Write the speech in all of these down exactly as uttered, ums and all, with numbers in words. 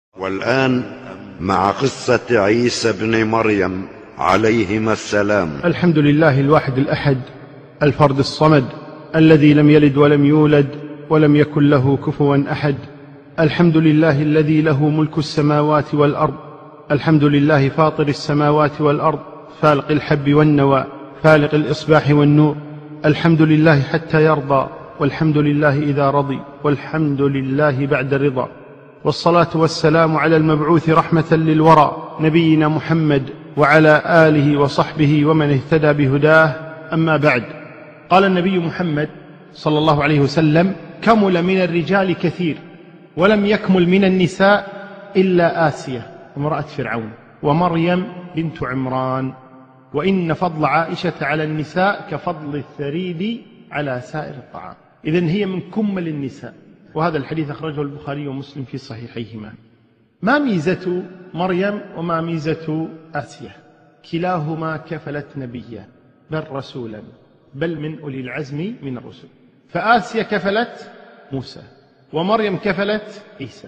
والآن مع قصة عيسى بن مريم عليهما السلام. الحمد لله الواحد الأحد الفرد الصمد الذي لم يلد ولم يولد ولم يكن له كفوا أحد. الحمد لله الذي له ملك السماوات والأرض. الحمد لله فاطر السماوات والأرض، فالق الحب والنوى، فالق الإصباح والنور. الحمد لله حتى يرضى، والحمد لله إذا رضي، والحمد لله بعد رضا. والصلاة والسلام على المبعوث رحمة للورى نبينا محمد وعلى آله وصحبه ومن اهتدى بهداه. أما بعد، قال النبي محمد صلى الله عليه وسلم: كمل من الرجال كثير ولم يكمل من النساء إلا آسية امرأة فرعون ومريم بنت عمران، وإن فضل عائشة على النساء كفضل الثريد على سائر الطعام. إذن هي من كمل النساء، وهذا الحديث أخرجه البخاري ومسلم في صحيحيهما. ما ميزة مريم وما ميزة آسيا؟ كلاهما كفلت نبيا بل رسولا، بل من أولي العزم من الرسل. فآسيا كفلت موسى ومريم كفلت عيسى،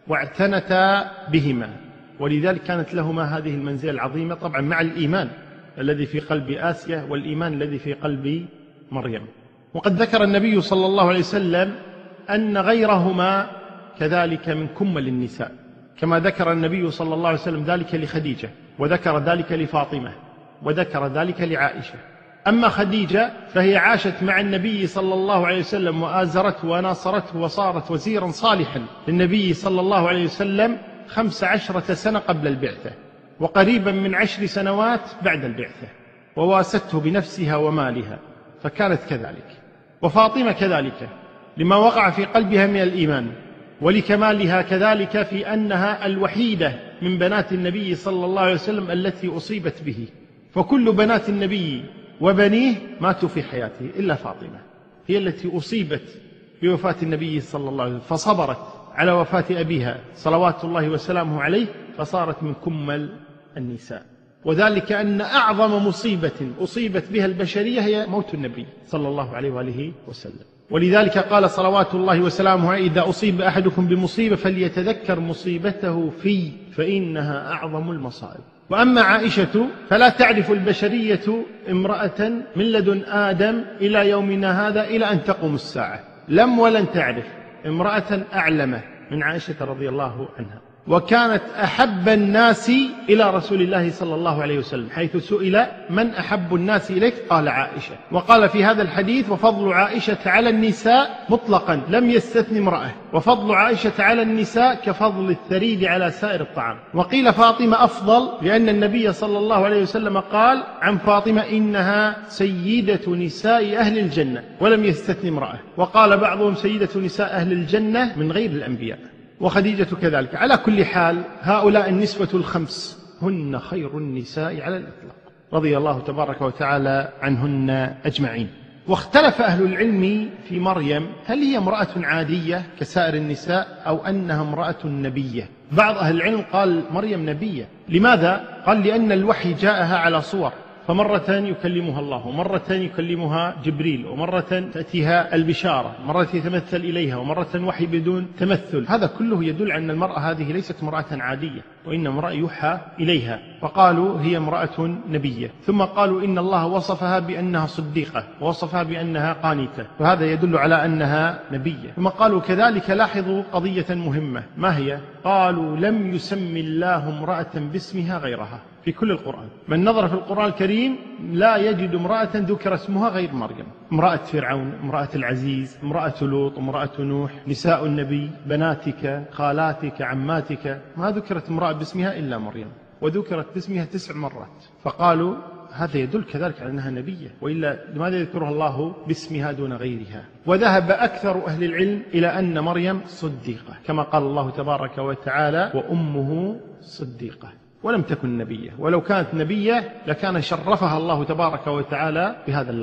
واعتنتا بهما، ولذلك كانت لهما هذه المنزلة العظيمة، طبعا مع الإيمان الذي في قلب آسيا والإيمان الذي في قلب مريم. وقد ذكر النبي صلى الله عليه وسلم أن غيرهما كذلك من كمل النساء، كما ذكر النبي صلى الله عليه وسلم ذلك لخديجة، وذكر ذلك لفاطمة، وذكر ذلك لعائشة. أما خديجة فهي عاشت مع النبي صلى الله عليه وسلم وآزرته وناصرته وصارت وزيرا صالحا للنبي صلى الله عليه وسلم خمس عشرة سنة قبل البعثة، وقريبا من عشر سنوات بعد البعثة، وواسته بنفسها ومالها، فكانت كذلك. وفاطمة كذلك لما وقع في قلبها من الإيمان، ولكمالها كذلك في أنها الوحيدة من بنات النبي صلى الله عليه وسلم التي أصيبت به، فكل بنات النبي وبنيه ماتوا في حياته إلا فاطمة، هي التي أصيبت بوفاة النبي صلى الله عليه وسلم، فصبرت على وفاة أبيها صلوات الله وسلامه عليه، فصارت من كمل النساء. وذلك أن أعظم مصيبة أصيبت بها البشرية هي موت النبي صلى الله عليه وآله وسلم، ولذلك قال صلوات الله وسلامه: إذا أصيب أحدكم بمصيبة فليتذكر مصيبته في فإنها أعظم المصائب. وأما عائشة فلا تعرف البشرية امرأة من لدن آدم إلى يومنا هذا إلى أن تقوم الساعة، لم ولن تعرف امرأة أعلم من عائشة رضي الله عنها. وكانت أحب الناس إلى رسول الله صلى الله عليه وسلم، حيث سئل: من أحب الناس إليك؟ قال: عائشة. وقال في هذا الحديث: وفضل عائشة على النساء مطلقا لم يستثن امرأة، وفضل عائشة على النساء كفضل الثريد على سائر الطعام. وقيل فاطمة أفضل، لأن النبي صلى الله عليه وسلم قال عن فاطمة: إنها سيدة نساء أهل الجنة، ولم يستثن امرأة. وقال بعضهم: سيدة نساء أهل الجنة من غير الأنبياء. وخديجة كذلك. على كل حال، هؤلاء النسوة الخمس هن خير النساء على الإطلاق، رضي الله تبارك وتعالى عنهن أجمعين. واختلف أهل العلم في مريم، هل هي امرأة عادية كسائر النساء أو أنها امرأة نبية؟ بعض أهل العلم قال مريم نبية. لماذا؟ قال: لأن الوحي جاءها على صور، فمرة يكلمها الله، ومرة يكلمها جبريل، ومرة تأتيها البشارة، مرة يتمثل إليها، ومرة وحي بدون تمثل. هذا كله يدل على أن المرأة هذه ليست امرأة عادية، وإن امرأة يوحى إليها، فقالوا هي امرأة نبية. ثم قالوا إن الله وصفها بأنها صديقة، ووصفها بأنها قانتة، وهذا يدل على أنها نبية. ثم قالوا كذلك، لاحظوا قضية مهمة، ما هي؟ قالوا: لم يسم الله امرأة باسمها غيرها في كل القرآن. من نظر في القرآن الكريم لا يجد امرأة ذكر اسمها غير مريم. امرأة فرعون، امرأة العزيز، امرأة لوط، امرأة نوح، نساء النبي، بناتك، خالاتك، عماتك، ما ذكرت امرأة باسمها إلا مريم، وذكرت باسمها تسع مرات. فقالوا هذا يدل كذلك على أنها نبية، وإلا لماذا يذكرها الله باسمها دون غيرها؟ وذهب أكثر أهل العلم إلى أن مريم صديقة، كما قال الله تبارك وتعالى: وأمه صديقة، ولم تكن نبية. ولو كانت نبية لكان شرفها الله تبارك وتعالى بهذا اللقب.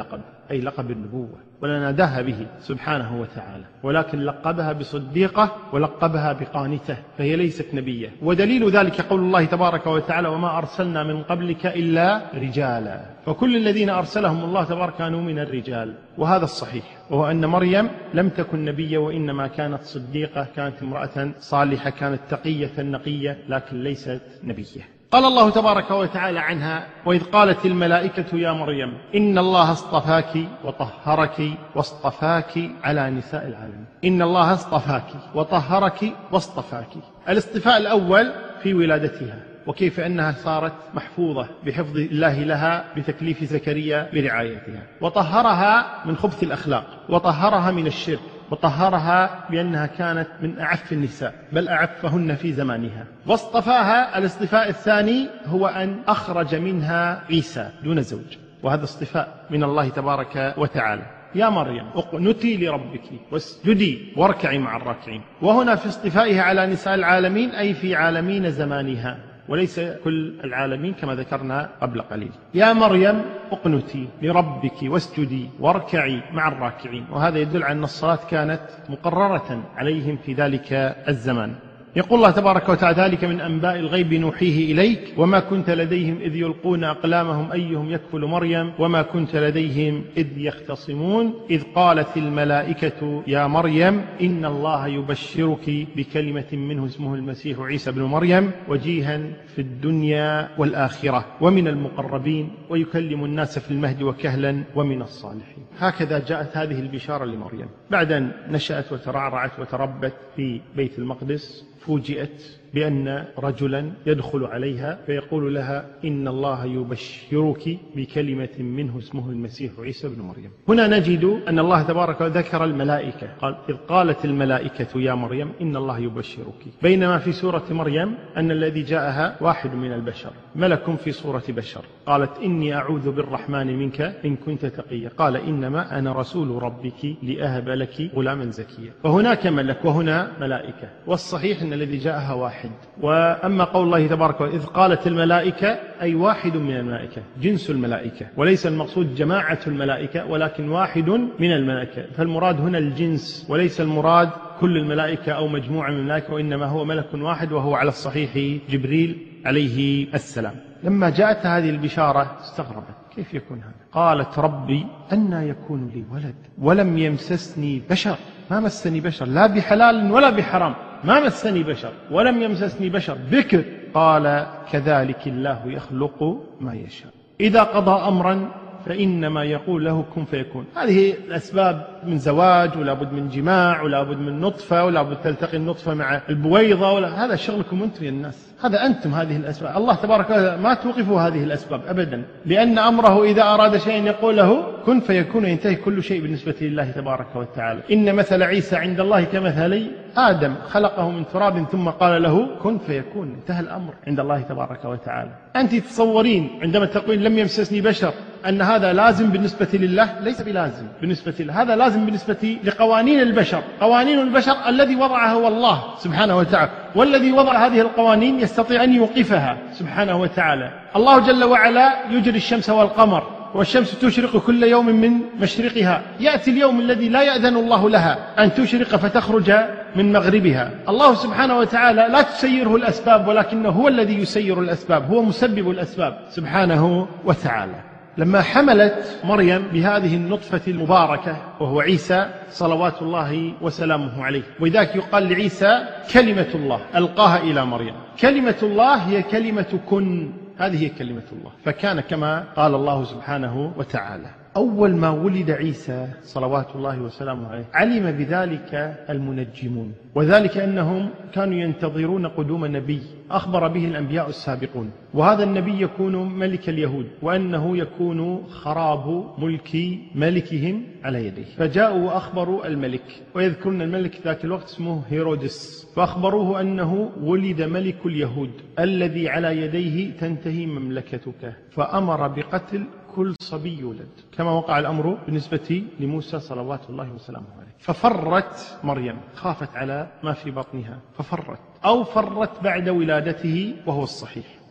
أي لقب النبوة، ولا ناداها به سبحانه وتعالى، ولكن لقبها بصديقة ولقبها بقانتة، فهي ليست نبية. ودليل ذلك قول الله تبارك وتعالى: وما أرسلنا من قبلك إلا رجالا. فكل الذين أرسلهم الله تبارك كانوا من الرجال، وهذا الصحيح، وهو أن مريم لم تكن نبية، وإنما كانت صديقة، كانت امرأة صالحة، كانت تقية نقية، لكن ليست نبية. قال الله تبارك وتعالى عنها: وإذ قالت الملائكة يا مريم إن الله اصطفاك وطهرك واصطفاك على نساء العالمين. إن الله اصطفاك وطهرك واصطفاك. الاصطفاء الأول في ولادتها، وكيف أنها صارت محفوظة بحفظ الله لها بتكليف زكريا برعايتها، وطهرها من خبث الأخلاق، وطهرها من الشرك، وطهرها بأنها كانت من أعف النساء، بل أعفهن في زمانها. واصطفاها الاصطفاء الثاني هو أن أخرج منها عيسى دون زوج، وهذا اصطفاء من الله تبارك وتعالى. يا مريم اقنتي لربك واسجدي واركعي مع الراكعين. وهنا في اصطفائها على نساء العالمين أي في عالمين زمانها، وليس كل العالمين كما ذكرنا قبل قليل. يا مريم اقنتي لربك واسجدي واركعي مع الراكعين، وهذا يدل على أن الصلاة كانت مقررة عليهم في ذلك الزمان. يقول الله تبارك وتعالى: ذلك من أنباء الغيب نوحيه إليك وما كنت لديهم إذ يلقون أقلامهم أيهم يكفل مريم وما كنت لديهم إذ يختصمون إذ قالت الملائكة يا مريم إن الله يبشرك بكلمة منه اسمه المسيح عيسى بن مريم وجيها في الدنيا والآخرة ومن المقربين ويكلم الناس في المهد وكهلا ومن الصالحين. هكذا جاءت هذه البشارة لمريم بعد أن نشأت وترعرعت وتربت في بيت المقدس. فوجئت بأن رجلا يدخل عليها فيقول لها إن الله يبشرك بكلمة منه اسمه المسيح عيسى بن مريم. هنا نجد أن الله تبارك ذكر الملائكة، قال إذ قالت الملائكة يا مريم إن الله يبشرك، بينما في سورة مريم أن الذي جاءها واحد من البشر، ملك في صورة بشر. قالت إني أعوذ بالرحمن منك إن كنت تقيا، قال إنما أنا رسول ربك لأهب لك غلاما زكيا. فهناك ملك وهنا ملائكة، والصحيح أن الذي جاءها واحد. وأما قول الله تبارك وتعالى إذ قالت الملائكة أي واحد من الملائكة، جنس الملائكة، وليس المقصود جماعة الملائكة ولكن واحد من الملائكة، فالمراد هنا الجنس وليس المراد كل الملائكة أو مجموعة من الملائكة، وإنما هو ملك واحد وهو على الصحيح جبريل عليه السلام. لما جاءت هذه البشارة استغربت، كيف يكون هذا؟ قالت ربي أنى يكون لي ولد ولم يمسسني بشر، ما مسني بشر لا بحلال ولا بحرام، ما مسني بشر ولم يمسسني بشر، بكر. قال كذلك الله يخلق ما يشاء إذا قضى أمرا فإنما يقول له كن فيكون. هذه الأسباب من زواج ولا بد من جماع ولا بد من نطفة ولا بد تلتقي النطفة مع البويضة، ولا هذا شغلكم أنتم يا الناس، هذا أنتم هذه الأسباب. الله تبارك وتعالى ما توقفوا هذه الأسباب أبدا، لأن أمره إذا أراد شيئا يقول له كن فيكون، ينتهي كل شيء بالنسبة لله تبارك وتعالى. إن مثل عيسى عند الله كمثل آدم خلقه من تراب ثم قال له كن فيكون، انتهى الأمر عند الله تبارك وتعالى. أنت تصورين عندما تقول لم يمسسني بشر أن هذا لازم بالنسبة لله؟ ليس بلازم بالنسبة لله، هذا لازم بالنسبة لقوانين البشر. قوانين البشر الذي وضعها هو الله سبحانه وتعالى، والذي وضع هذه القوانين يستطيع أن يوقفها سبحانه وتعالى. الله جل وعلا يجري الشمس والقمر، والشمس تشرق كل يوم من مشرقها، يأتي اليوم الذي لا يأذن الله لها أن تشرق فتخرج من مغربها. الله سبحانه وتعالى لا تسيره الأسباب، ولكنه هو الذي يسير الأسباب، هو مسبب الأسباب سبحانه وتعالى. لما حملت مريم بهذه النطفة المباركة وهو عيسى صلوات الله وسلامه عليه، وذاك يقال لعيسى كلمة الله ألقاها إلى مريم. كلمة الله هي كلمة كن، هذه هي كلمة الله، فكان كما قال الله سبحانه وتعالى. أول ما ولد عيسى صلوات الله وسلامه عليه علم بذلك المنجمون، وذلك أنهم كانوا ينتظرون قدوم نبي أخبر به الأنبياء السابقون، وهذا النبي يكون ملك اليهود، وأنه يكون خراب ملك ملكهم على يديه. فجاءوا وأخبروا الملك، ويذكرون الملك ذاك الوقت اسمه هيرودس، فأخبروه أنه ولد ملك اليهود الذي على يديه تنتهي مملكتك، فأمر بقتل كل صبي يولد، كما وقع الأمر بالنسبة لموسى صلوات الله وسلامه عليه. ففرت مريم، خافت على ما في بطنها ففرت، أو فرت بعد ولادته وهو الصحيح.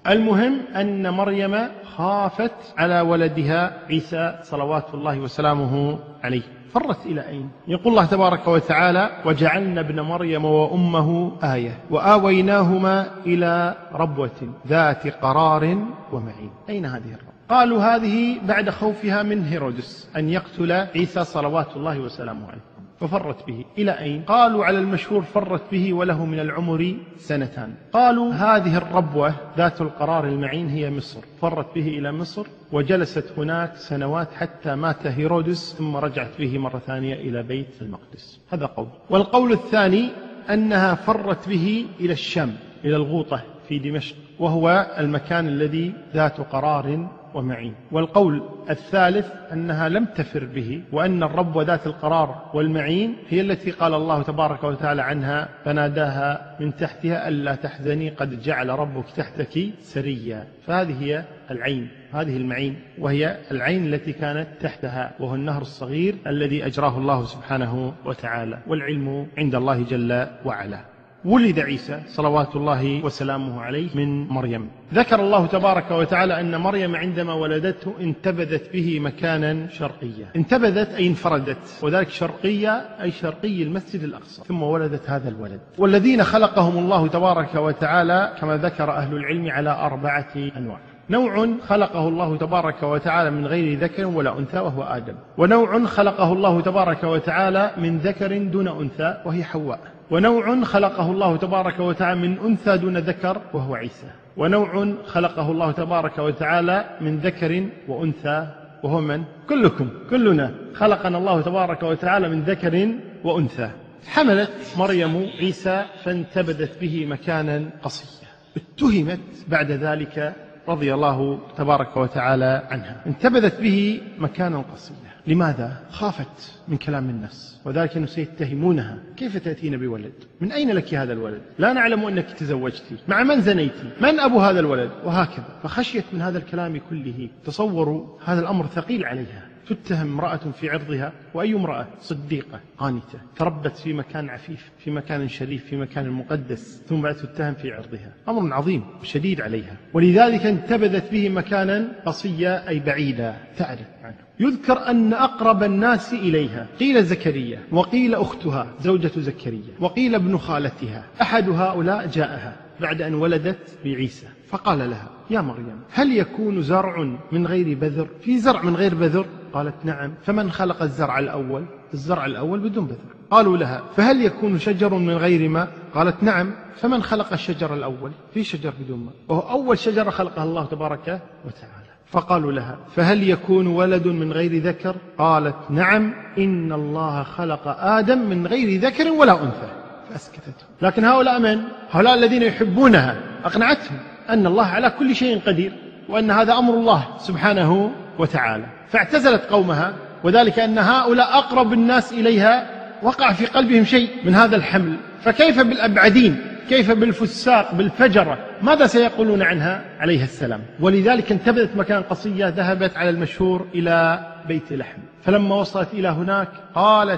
المهم أن مريم خافت على ولدها عيسى صلوات الله وسلامه عليه، فرت إلى أين؟ يقول الله تبارك وتعالى: وجعلنا ابن مريم وأمه آية وآويناهما إلى ربوة ذات قرار ومعين. أين هذه الربوة؟ قالوا هذه بعد خوفها من هيرودس أن يقتل عيسى صلوات الله وسلامه عليه، ففرت به إلى أين؟ قالوا على المشهور فرت به وله من العمر سنتان. قالوا هذه الربوة ذات القرار المعين هي مصر، فرت به إلى مصر وجلست هناك سنوات حتى مات هيرودس، ثم رجعت به مرة ثانية إلى بيت المقدس. هذا قول. والقول الثاني أنها فرت به إلى الشام، إلى الغوطة في دمشق، وهو المكان الذي ذات قرار ومعين. والقول الثالث أنها لم تفر به، وأن الربوة ذات القرار والمعين هي التي قال الله تبارك وتعالى عنها: فناداها من تحتها ألا تحزني قد جعل ربك تحتك سريا. فهذه هي العين، هذه المعين، وهي العين التي كانت تحتها، وهو النهر الصغير الذي أجراه الله سبحانه وتعالى، والعلم عند الله جل وعلا. ولد عيسى صلوات الله وسلامه عليه من مريم. ذكر الله تبارك وتعالى أن مريم عندما ولدته انتبذت به مكانا شرقيا. انتبذت أي انفردت، وذلك شرقية أي شرقي المسجد الأقصى، ثم ولدت هذا الولد. والذين خلقهم الله تبارك وتعالى كما ذكر أهل العلم على أربعة أنواع. نوع خلقه الله تبارك وتعالى من غير ذكر ولا أنثى وهو آدم، ونوع خلقه الله تبارك وتعالى من ذكر دون أنثى وهي حواء، ونوع خلقه الله تبارك وتعالى من أنثى دون ذكر وهو عيسى، ونوع خلقه الله تبارك وتعالى من ذكر وأنثى وهو من؟ كلكم، كلنا خلقنا الله تبارك وتعالى من ذكر وأنثى. حملت مريم عيسى فانتبذت به مكانا قصيا، اتهمت بعد ذلك رضي الله تبارك وتعالى عنها. انتبذت به مكانا قصيا. لماذا؟ خافت من كلام الناس، وذلك أنه سيتهمونها: كيف تأتين بولد؟ من أين لك هذا الولد؟ لا نعلم أنك تزوجتي، مع من زنيتي؟ من أبو هذا الولد؟ وهكذا. فخشيت من هذا الكلام كله. تصوروا هذا الأمر ثقيل عليها، تتهم امرأة في عرضها، وأي امرأة صديقة قانتة تربت في مكان عفيف، في مكان شريف، في مكان مقدس، ثم بعد تتهم في عرضها. أمر عظيم شديد عليها، ولذلك انتبذت به مكانا قصيا أي بعيدا تعرف عنه. يذكر أن أقرب الناس إليها قيل زكريا، وقيل أختها زوجة زكريا، وقيل ابن خالتها. أحد هؤلاء جاءها بعد أن ولدت بعيسى فقال لها: يا مريم هل يكون زرع من غير بذر؟ في زرع من غير بذر؟ قالت: نعم. فمن خلق الزرع الأول؟ الزرع الأول بدون بذر. قالوا لها: فهل يكون شجر من غير ماء؟ قالت: نعم. فمن خلق الشجر الأول؟ في شجر بدون ماء، وهو أول شجرة خلقها الله تبارك وتعالى. فقالوا لها: فهل يكون ولد من غير ذكر؟ قالت: نعم، إن الله خلق آدم من غير ذكر ولا أنثى. فأسكتته. لكن هؤلاء من؟ هؤلاء الذين يحبونها أقنعتهم أن الله على كل شيء قدير، وأن هذا أمر الله سبحانه وتعالى. فاعتزلت قومها، وذلك أن هؤلاء أقرب الناس إليها وقع في قلبهم شيء من هذا الحمل، فكيف بالأبعدين؟ كيف بالفساق بالفجرة؟ ماذا سيقولون عنها عليها السلام؟ ولذلك انتبذت مكان قصية، ذهبت على المشهور إلى بيت لحم. فلما وصلت إلى هناك قالت: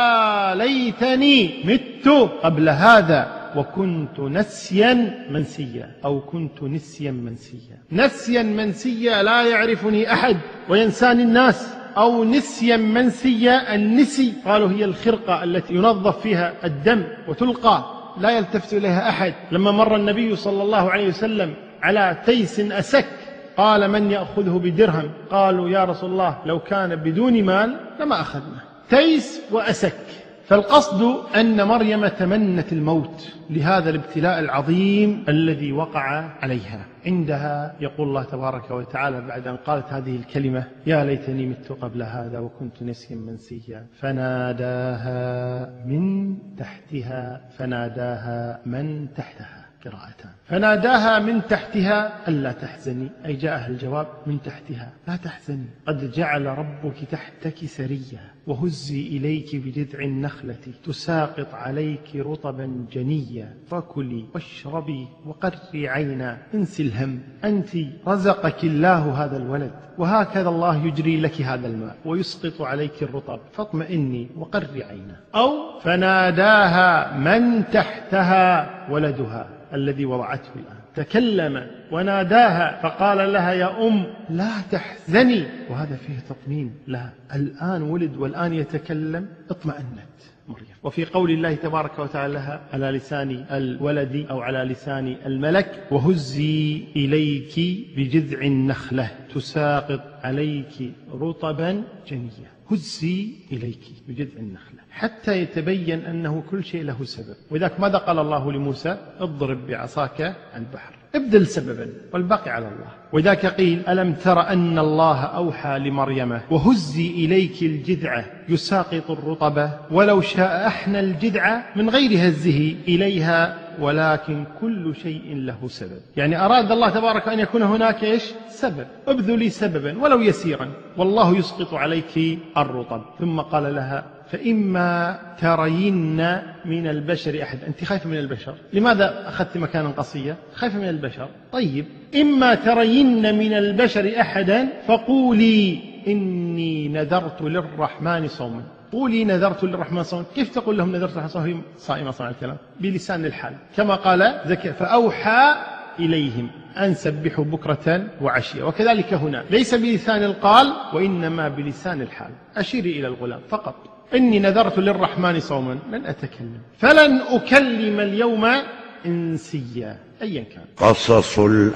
يا ليتني مت قبل هذا وكنت نسيا منسيا، أو كنت نسيا منسيا. نسيا منسيا لا يعرفني أحد وينساني الناس، أو نسيا منسيا. النسي قالوا هي الخرقة التي ينظف فيها الدم وتلقى لا يلتفت إليها أحد. لما مر النبي صلى الله عليه وسلم على تيس أسك قال: من يأخذه بدرهم؟ قالوا: يا رسول الله لو كان بدون مال لما أخذنا. تيس وأسك. فالقصد أن مريم تمنت الموت لهذا الابتلاء العظيم الذي وقع عليها. عندها يقول الله تبارك وتعالى بعد أن قالت هذه الكلمة: يا ليتني مت قبل هذا وكنت نسيا منسيا، فناداها من تحتها. فناداها من تحتها قراءتان. فناداها من تحتها ألا تحزني، أي جاءها الجواب من تحتها: لا تحزني، قد جعل ربك تحتك سريا، وهزي إليك بجذع النخلة تساقط عليك رطبا جنيا، فكلي واشربي وقري عينا، انسي الهم، أنت رزقك الله هذا الولد، وهكذا الله يجري لك هذا الماء ويسقط عليك الرطب، فاطمئني وقري عينا. أو فناداها من تحتها ولدها الذي وضعته الآن. تكلم وناداها فقال لها يا أم لا تحزني، وهذا فيه تطمين، لا الآن ولد والآن يتكلم، اطمأنت مريم. وفي قول الله تبارك وتعالى لها على لسان الولد أو على لسان الملك وهزي إليك بجذع النخلة تساقط عليك رطبا جنيا. هزي إليك بجذع النخلة حتى يتبين أنه كل شيء له سبب. وذاك ماذا قال الله لموسى؟ اضرب بعصاك البحر، ابذل سببا والباقي على الله. وذاك قيل ألم تر أن الله أوحى لمريم وهزي إليك الجذع يساقط الرطبة ولو شاء أحنى الجذع من غير هزه إليها ولكن كل شيء له سبب. يعني أراد الله تبارك أن يكون هناك إيش؟ سبب، ابذلي سببا ولو يسيرا والله يسقط عليك الرطب. ثم قال لها فإما ترين من البشر أحد، أنت خايفة من البشر، لماذا أخذت مكانا قصيا؟ خايفة من البشر، طيب إما ترين من البشر أحدا فقولي إني نذرت للرحمن صوما. قولي نذرت للرحمن صوما، كيف تقول لهم نذرت للرحمن صوما وهي صائمة صنع الكلام؟ بلسان الحال كما قال زكي فأوحى إليهم أن سبحوا بكرة وعشية. وكذلك هنا ليس بلسان القال وإنما بلسان الحال، أشيري إلى الغلام فقط، إني نذرت للرحمن صوما لن أتكلم فلن أكلم اليوم إنسيا أيا كان. قصص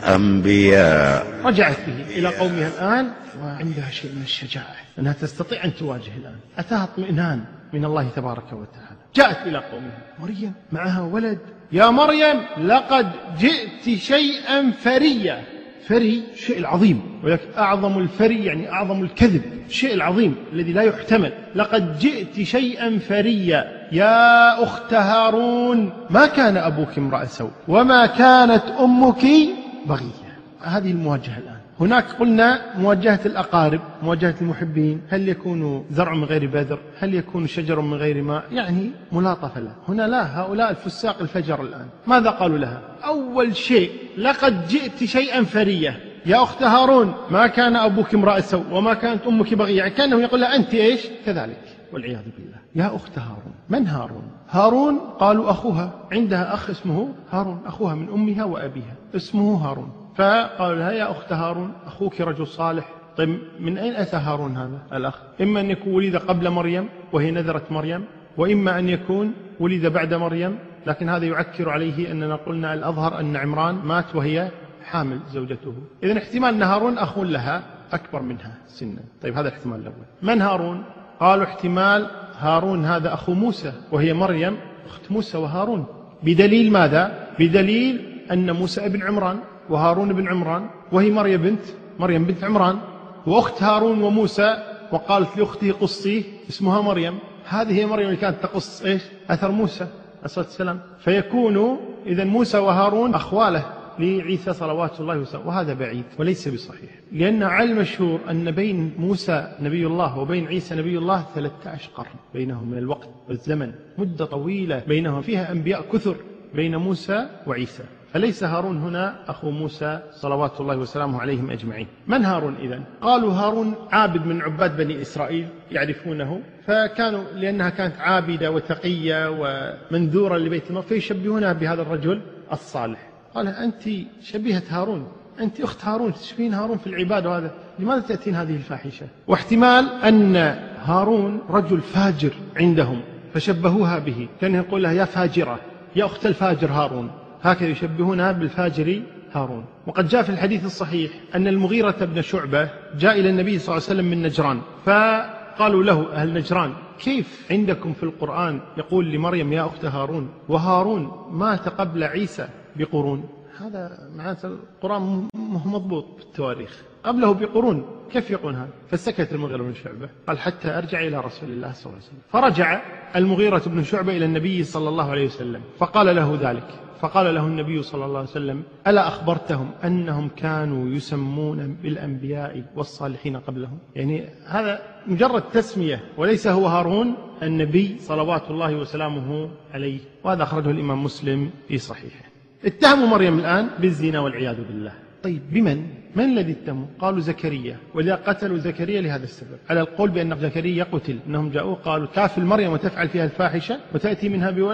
الأنبياء. رجعت به إلى قومها الآن وعندها شيء من الشجاعة أنها تستطيع أن تواجه الآن، أتاها اطمئنان من الله تبارك وتعالى. جاءت إلى قومها مريم معها ولد، يا مريم لقد جئت شيئا فريا. فري شيء العظيم، ولكن أعظم الفري يعني أعظم الكذب، الشيء العظيم الذي لا يحتمل. لقد جئت شيئا فريا يا أخت هارون ما كان أبوك امرأ سوء وما كانت أمك بغية. هذه المواجهة الآن. هناك قلنا مواجهة الأقارب، مواجهة المحبين، هل يكون زرع من غير بذر، هل يكون شجر من غير ماء، يعني ملاطفة له. هنا لا، هؤلاء الفساق الفجر الآن ماذا قالوا لها؟ أول شيء لقد جئت شيئا فريا يا أخت هارون ما كان أبوك امرأ سوء وما كانت أمك بغية، يعني كأنه يقول لها أنت إيش كذلك والعياذ بالله. يا أخت هارون. من هارون؟ هارون قالوا أخوها، عندها أخ اسمه هارون، أخوها من أمها وأبيها اسمه هارون. فقالوا لها يا أخت هارون أخوك رجل صالح. طيب من أين أتى هارون هذا الأخ؟ إما أن يكون ولد قبل مريم وهي نذرت مريم، وإما أن يكون ولد بعد مريم، لكن هذا يعكر عليه أننا قلنا الأظهر أن عمران مات وهي حامل زوجته. إذن احتمال أن هارون أخ لها أكبر منها سنا. طيب هذا الاحتمال الأول. من هارون؟ قالوا احتمال هارون هذا أخو موسى وهي مريم أخت موسى وهارون. بدليل ماذا؟ بدليل أن موسى ابن عمران وهارون بن عمران وهي مريم بنت مريم بنت عمران، وأخت هارون وموسى وقالت لأخته قصيه اسمها مريم. هذه هي مريم اللي كانت تقص إيش؟ أثر موسى عليه الصلاة والسلام. فيكون إذن موسى وهارون أخواله لعيسى صلوات الله وسلامه، وهذا بعيد وليس بصحيح، لأن على المشهور أن بين موسى نبي الله وبين عيسى نبي الله ثلاثة عشر قرن بينهم من الوقت والزمن، مدة طويلة بينهم، فيها أنبياء كثر بين موسى وعيسى. فليس هارون هنا أخو موسى صلوات الله وسلامه عليهم أجمعين. من هارون إذن؟ قالوا هارون عابد من عباد بني إسرائيل يعرفونه، فكانوا لأنها كانت عابدة وتقية ومنذورة لبيت الله فيشبهونها بهذا الرجل الصالح. قال أنت شبيهة هارون، أنت أخت هارون، تشبهين هارون في العبادة، وهذا لماذا تأتين هذه الفاحشة؟ واحتمال أن هارون رجل فاجر عندهم فشبهوها به، كان يقول لها يا فاجرة، يا أخت الفاجر هارون، هكذا يشبهونها بالفاجر هارون. وقد جاء في الحديث الصحيح أن المغيرة بن شعبة جاء إلى النبي صلى الله عليه وسلم من نجران، فقالوا له أهل نجران كيف عندكم في القرآن يقول لمريم يا أخت هارون، وهارون مات قبل عيسى بقرون؟ هذا معناته القرآن مو مضبوط بالتواريخ، قبله بقرون، كيف يقول هذا؟ فسكت المغيرة بن شعبة، قال حتى أرجع إلى رسول الله صلى الله عليه وسلم. فرجع المغيرة بن شعبة إلى النبي صلى الله عليه وسلم فقال له ذلك، فقال له النبي صلى الله عليه وسلم ألا أخبرتهم أنهم كانوا يسمون بالأنبياء والصالحين قبلهم؟ يعني هذا مجرد تسمية وليس هو هارون النبي صلوات الله وسلامه عليه. وهذا أخرجه الإمام مسلم في صحيحه. اتهموا مريم الآن بالزنا والعياذ بالله. طيب بمن؟ من الذي اتهموا؟ قالوا زكريا، ولذا قتلوا زكريا لهذا السبب، على القول بأن زكريا قتل، أنهم جاءوا قالوا كافل مريم وتفعل فيها الفاحشة وتأتي منها بولد، فقال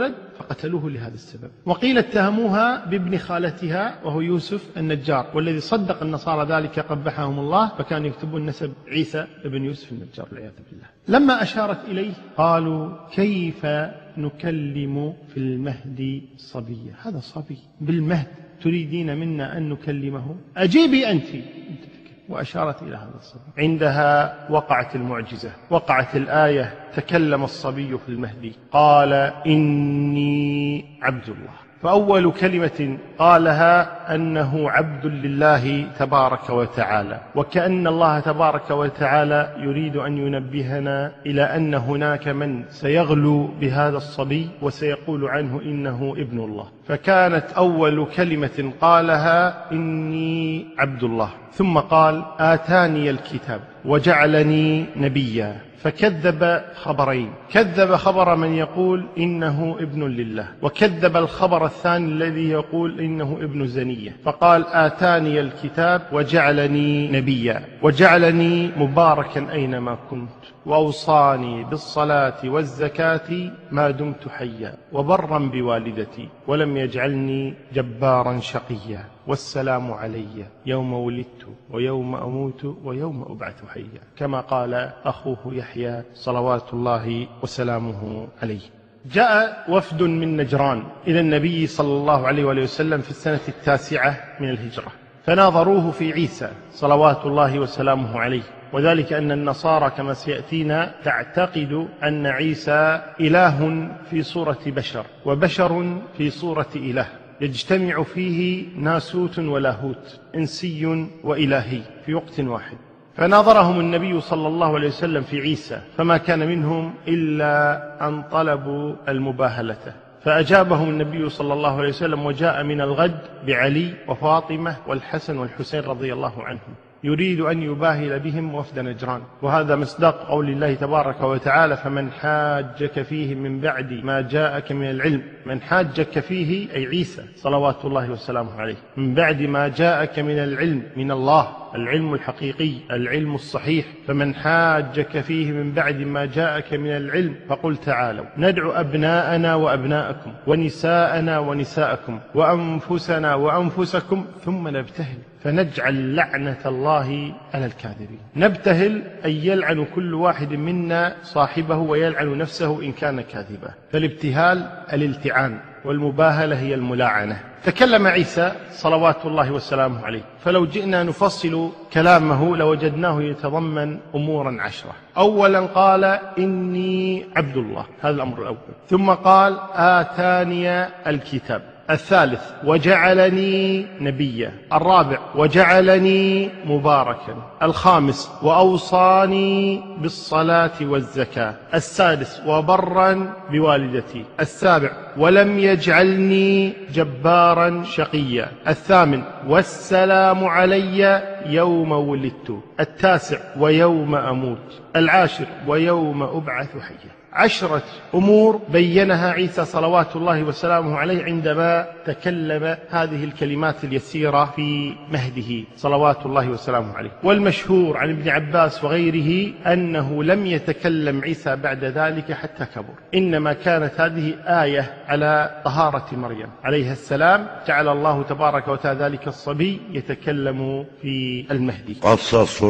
فقتلوه لهذا السبب. وقيل اتهموها بابن خالتها وهو يوسف النجار، والذي صدق النصارى ذلك قبحهم الله، فكانوا يكتبون نسب عيسى ابن يوسف النجار والعياذ بالله. لما أشارت إليه قالوا كيف نكلم في المهد صبيا، هذا صبي بالمهد تريدين منا أن نكلمه؟ أجيبي أنت. وأشارت إلى هذا الصبي. عندها وقعت المعجزة، وقعت الآية: تكلم الصبي في المهد قال إني عبد الله. فأول كلمة قالها أنه عبد لله تبارك وتعالى، وكأن الله تبارك وتعالى يريد أن ينبهنا إلى أن هناك من سيغلو بهذا الصبي وسيقول عنه إنه ابن الله. فكانت أول كلمة قالها إني عبد الله، ثم قال آتاني الكتاب وجعلني نبيا، فكذب خبرين: كذب خبر من يقول إنه ابن لله، وكذب الخبر الثاني الذي يقول إنه ابن زنية. فقال آتاني الكتاب وجعلني نبيا وجعلني مباركا أينما كنت وأوصاني بالصلاة والزكاة ما دمت حيا وبرا بوالدتي ولم يجعلني جبارا شقيا والسلام علي يوم ولدت ويوم أموت ويوم أبعث حيا، كما قال أخوه يحيى صلوات الله وسلامه عليه. جاء وفد من نجران إلى النبي صلى الله عليه وآله وسلم في السنة التاسعة من الهجرة، فناظروه في عيسى صلوات الله وسلامه عليه، وذلك أن النصارى كما سيأتينا تعتقد أن عيسى إله في صورة بشر وبشر في صورة إله، يجتمع فيه ناسوت ولاهوت، إنسي وإلهي في وقت واحد. فناظرهم النبي صلى الله عليه وسلم في عيسى، فما كان منهم إلا أن طلبوا المباهلة، فأجابهم النبي صلى الله عليه وسلم وجاء من الغد بعلي وفاطمة والحسن والحسين رضي الله عنهم، يريد أن يباهل بهم وفد نجران. وهذا مصداق قول الله تبارك وتعالى: فمن حاجك فيه من بعد ما جاءك من العلم. من حاجك فيه أي عيسى صلوات الله وسلامه عليه، من بعد ما جاءك من العلم من الله، العلم الحقيقي، العلم الصحيح. فمن حاجك فيه من بعد ما جاءك من العلم فقل تعالوا ندعو أبناءنا وأبناءكم ونساءنا ونساءكم وأنفسنا وأنفسكم ثم نبتهل فنجعل لعنة الله على الكاذبين. نبتهل أي يلعن كل واحد منا صاحبه ويلعن نفسه إن كان كاذبا. فالابتهال الالتعان، والمباهلة هي الملاعنة. تكلم عيسى صلوات الله وسلامه عليه، فلو جئنا نفصل كلامه لوجدناه يتضمن أمورا عشرة. أولا قال إني عبد الله، هذا الأمر الأول. ثم قال آتاني الكتاب. الثالث وجعلني نبيا. الرابع وجعلني مباركا. الخامس وأوصاني بالصلاة والزكاة. السادس وبرا بوالدتي. السابع ولم يجعلني جبارا شقيا. الثامن والسلام علي يوم ولدت. التاسع ويوم أموت. العاشر ويوم أبعث حيا. عشرة أمور بينها عيسى صلوات الله وسلامه عليه عندما تكلم هذه الكلمات اليسيرة في مهده صلوات الله وسلامه عليه. والمشهور عن ابن عباس وغيره أنه لم يتكلم عيسى بعد ذلك حتى كبر، إنما كانت هذه آية على طهارة مريم عليها السلام، جعل الله تبارك وتعالى ذلك الصبي يتكلم في المهدي. قصص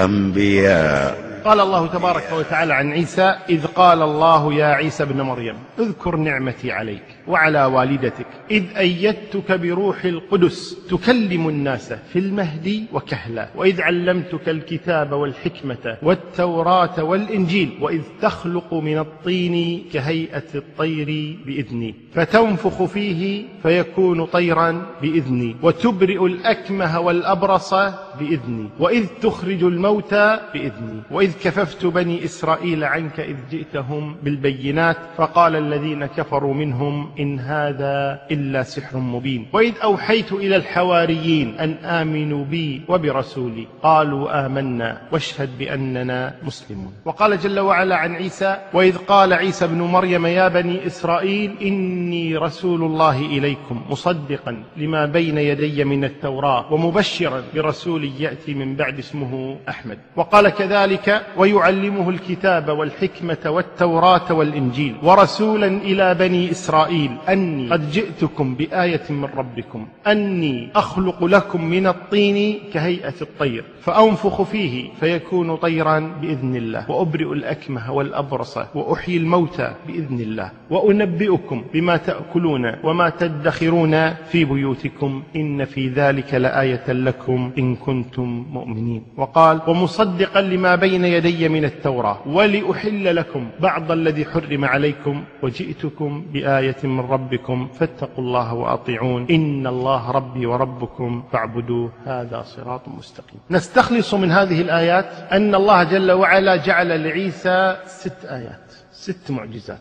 الأنبياء. قال الله تبارك وتعالى عن عيسى: إذ قال الله يا عيسى ابن مريم اذكر نعمتي عليك وعلى والدتك إذ أيدتك بروح القدس تكلم الناس في المهد وكهلا وإذ علمتك الكتاب والحكمة والتوراة والإنجيل وإذ تخلق من الطين كهيئة الطير بإذني فتنفخ فيه فيكون طيرا بإذني وتبرئ الأكمه والأبرص بإذني وإذ تخرج الموتى بإذني وإذ كففت بني إسرائيل عنك إذ جئتهم بالبينات فقال الذين كفروا منهم إن هذا إلا سحر مبين وإذ أوحيت إلى الحواريين أن آمنوا بي وبرسولي قالوا آمنا واشهد بأننا مسلمون. وقال جل وعلا عن عيسى: وإذ قال عيسى ابن مريم يا بني إسرائيل إني رسول الله إليكم مصدقا لما بين يدي من التوراة ومبشرا برسول يأتي من بعد اسمه أحمد. وقال كذلك ويعلمه الكتاب والحكمة والتوراة والإنجيل ورسولا إلى بني إسرائيل أني قد جئتكم بآية من ربكم أني أخلق لكم من الطين كهيئة الطير فأنفخ فيه فيكون طيرا بإذن الله وأبرئ الأكمه والأبرص وأحيي الموتى بإذن الله وأنبئكم بما تأكلون وما تدخرون في بيوتكم إن في ذلك لآية لكم إن كنتم مؤمنين. وقال ومصدقا لما بين يدي من التوراة ولأحل لكم بعض الذي حرم عليكم وجئتكم بآية من ربكم فاتقوا الله وأطيعون إن الله ربي وربكم فاعبدوه هذا صراط مستقيم. نستخلص من هذه الآيات أن الله جل وعلا جعل لعيسى ست آيات، ست معجزات.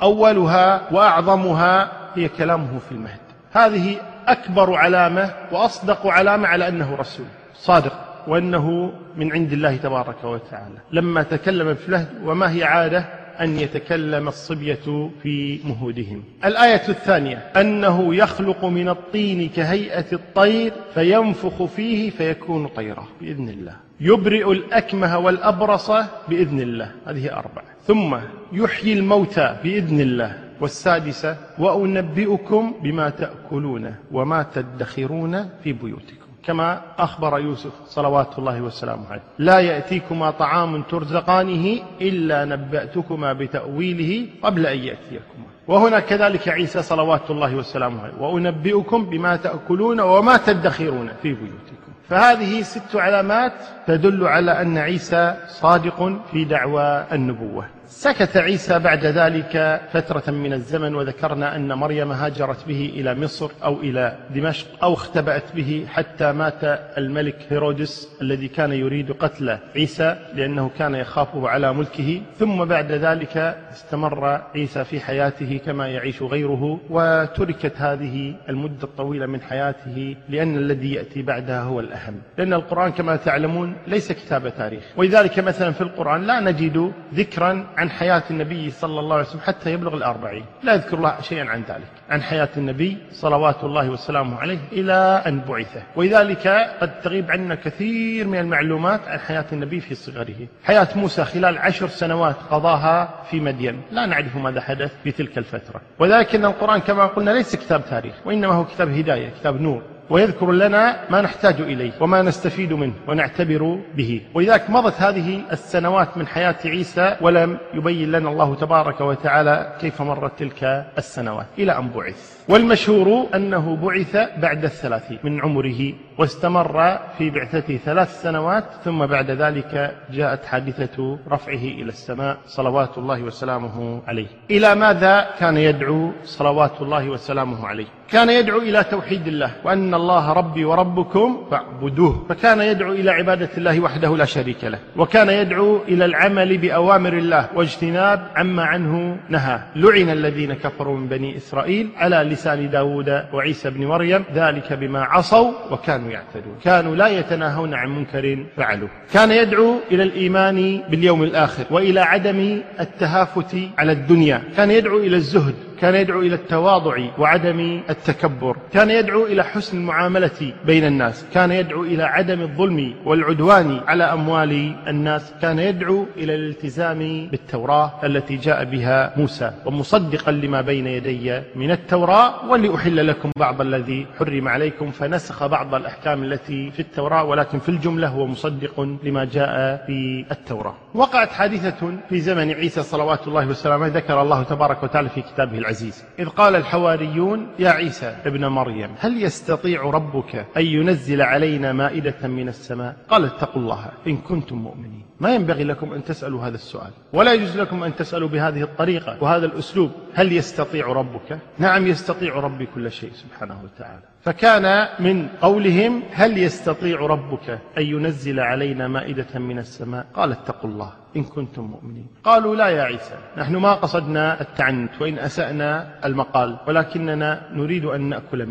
أولها وأعظمها هي كلامه في المهد. هذه أكبر علامة وأصدق علامة على أنه رسول صادق وأنه من عند الله تبارك وتعالى. لما تكلم في المهد وما هي عادة أن يتكلم الصبية في مهودهم. الآية الثانية أنه يخلق من الطين كهيئة الطير فينفخ فيه فيكون طيرا بإذن الله. يبرئ الأكمه والأبرص بإذن الله. هذه أربعة. ثم يحيي الموتى بإذن الله. والسادسة وأنبئكم بما تأكلون وما تدخرون في بيوتكم كما أخبر يوسف صلوات الله وسلامه عليه لا يأتيكما طعام ترزقانه إلا نبأتكما بتأويله قبل أن يأتيكما. وهنا كذلك عيسى صلوات الله وسلامه عليه وأنبئكم بما تأكلون وما تدخرون في بيوتكم. فهذه ست علامات تدل على أن عيسى صادق في دعوى النبوة. سكت عيسى بعد ذلك فترة من الزمن وذكرنا أن مريم هاجرت به إلى مصر أو إلى دمشق أو اختبأت به حتى مات الملك هيرودس الذي كان يريد قتل عيسى لأنه كان يخافه على ملكه. ثم بعد ذلك استمر عيسى في حياته كما يعيش غيره وتركت هذه المدة الطويلة من حياته لأن الذي يأتي بعدها هو الأهم. لأن القرآن كما تعلمون ليس كتاب تاريخ ولذلك مثلا في القرآن لا نجد ذكرا عن حياة النبي صلى الله عليه وسلم حتى يبلغ الأربعين لا يذكر الله شيئا عن ذلك عن حياة النبي صلوات الله وسلامه عليه إلى أن بعثه. ولذلك قد تغيب عنا كثير من المعلومات عن حياة النبي في صغره. حياة موسى خلال عشر سنوات قضاها في مدين لا نعرف ماذا حدث في تلك الفترة. ولكن القرآن كما قلنا ليس كتاب تاريخ وإنما هو كتاب هداية كتاب نور ويذكر لنا ما نحتاج إليه وما نستفيد منه ونعتبر به. ولذلك مضت هذه السنوات من حياة عيسى ولم يبين لنا الله تبارك وتعالى كيف مرت تلك السنوات إلى أن بعث. والمشهور أنه بعث بعد الثلاثين من عمره واستمر في بعثته ثلاث سنوات ثم بعد ذلك جاءت حادثة رفعه إلى السماء صلوات الله وسلامه عليه. إلى ماذا كان يدعو صلوات الله وسلامه عليه؟ كان يدعو إلى توحيد الله وأن الله ربي وربكم فاعبدوه. فكان يدعو إلى عبادة الله وحده لا شريك له وكان يدعو إلى العمل بأوامر الله واجتناب عما عنه نهى. لعن الذين كفروا من بني إسرائيل على لسان داود وعيسى بن مريم ذلك بما عصوا وكانوا يعتدون. كانوا لا يتناهون عن منكر فعلوه. كان يدعو إلى الإيمان باليوم الآخر وإلى عدم التهافت على الدنيا. كان يدعو إلى الزهد. كان يدعو إلى التواضع وعدم التكبر. كان يدعو إلى حسن المعاملة بين الناس. كان يدعو إلى عدم الظلم والعدوان على أموال الناس. كان يدعو إلى الالتزام بالتوراة التي جاء بها موسى ومصدقا لما بين يدي من التوراة ولأحل لكم بعض الذي حرم عليكم فنسخ بعض الأحكام التي في التوراة ولكن في الجملة هو مصدق لما جاء في التوراة. وقعت حادثة في زمن عيسى صلوات الله وسلامه ذكر الله تبارك وتعالى في كتابه العزيز إذ قال الحواريون يا عيسى ابن مريم هل يستطيع ربك أن ينزل علينا مائدة من السماء؟ قال اتقوا الله إن كنتم مؤمنين. ما ينبغي لكم أن تسألوا هذا السؤال ولا يجوز لكم أن تسألوا بهذه الطريقة وهذا الأسلوب. هل يستطيع ربك؟ نعم يستطيع ربي كل شيء سبحانه وتعالى. فكان من قولهم هل يستطيع ربك أن ينزل علينا مائدة من السماء؟ قال اتقوا الله إن كنتم مؤمنين. قالوا لا يا عيسى نحن ما قصدنا التعنت وإن أسأنا المقال ولكننا نريد أن نأكل منها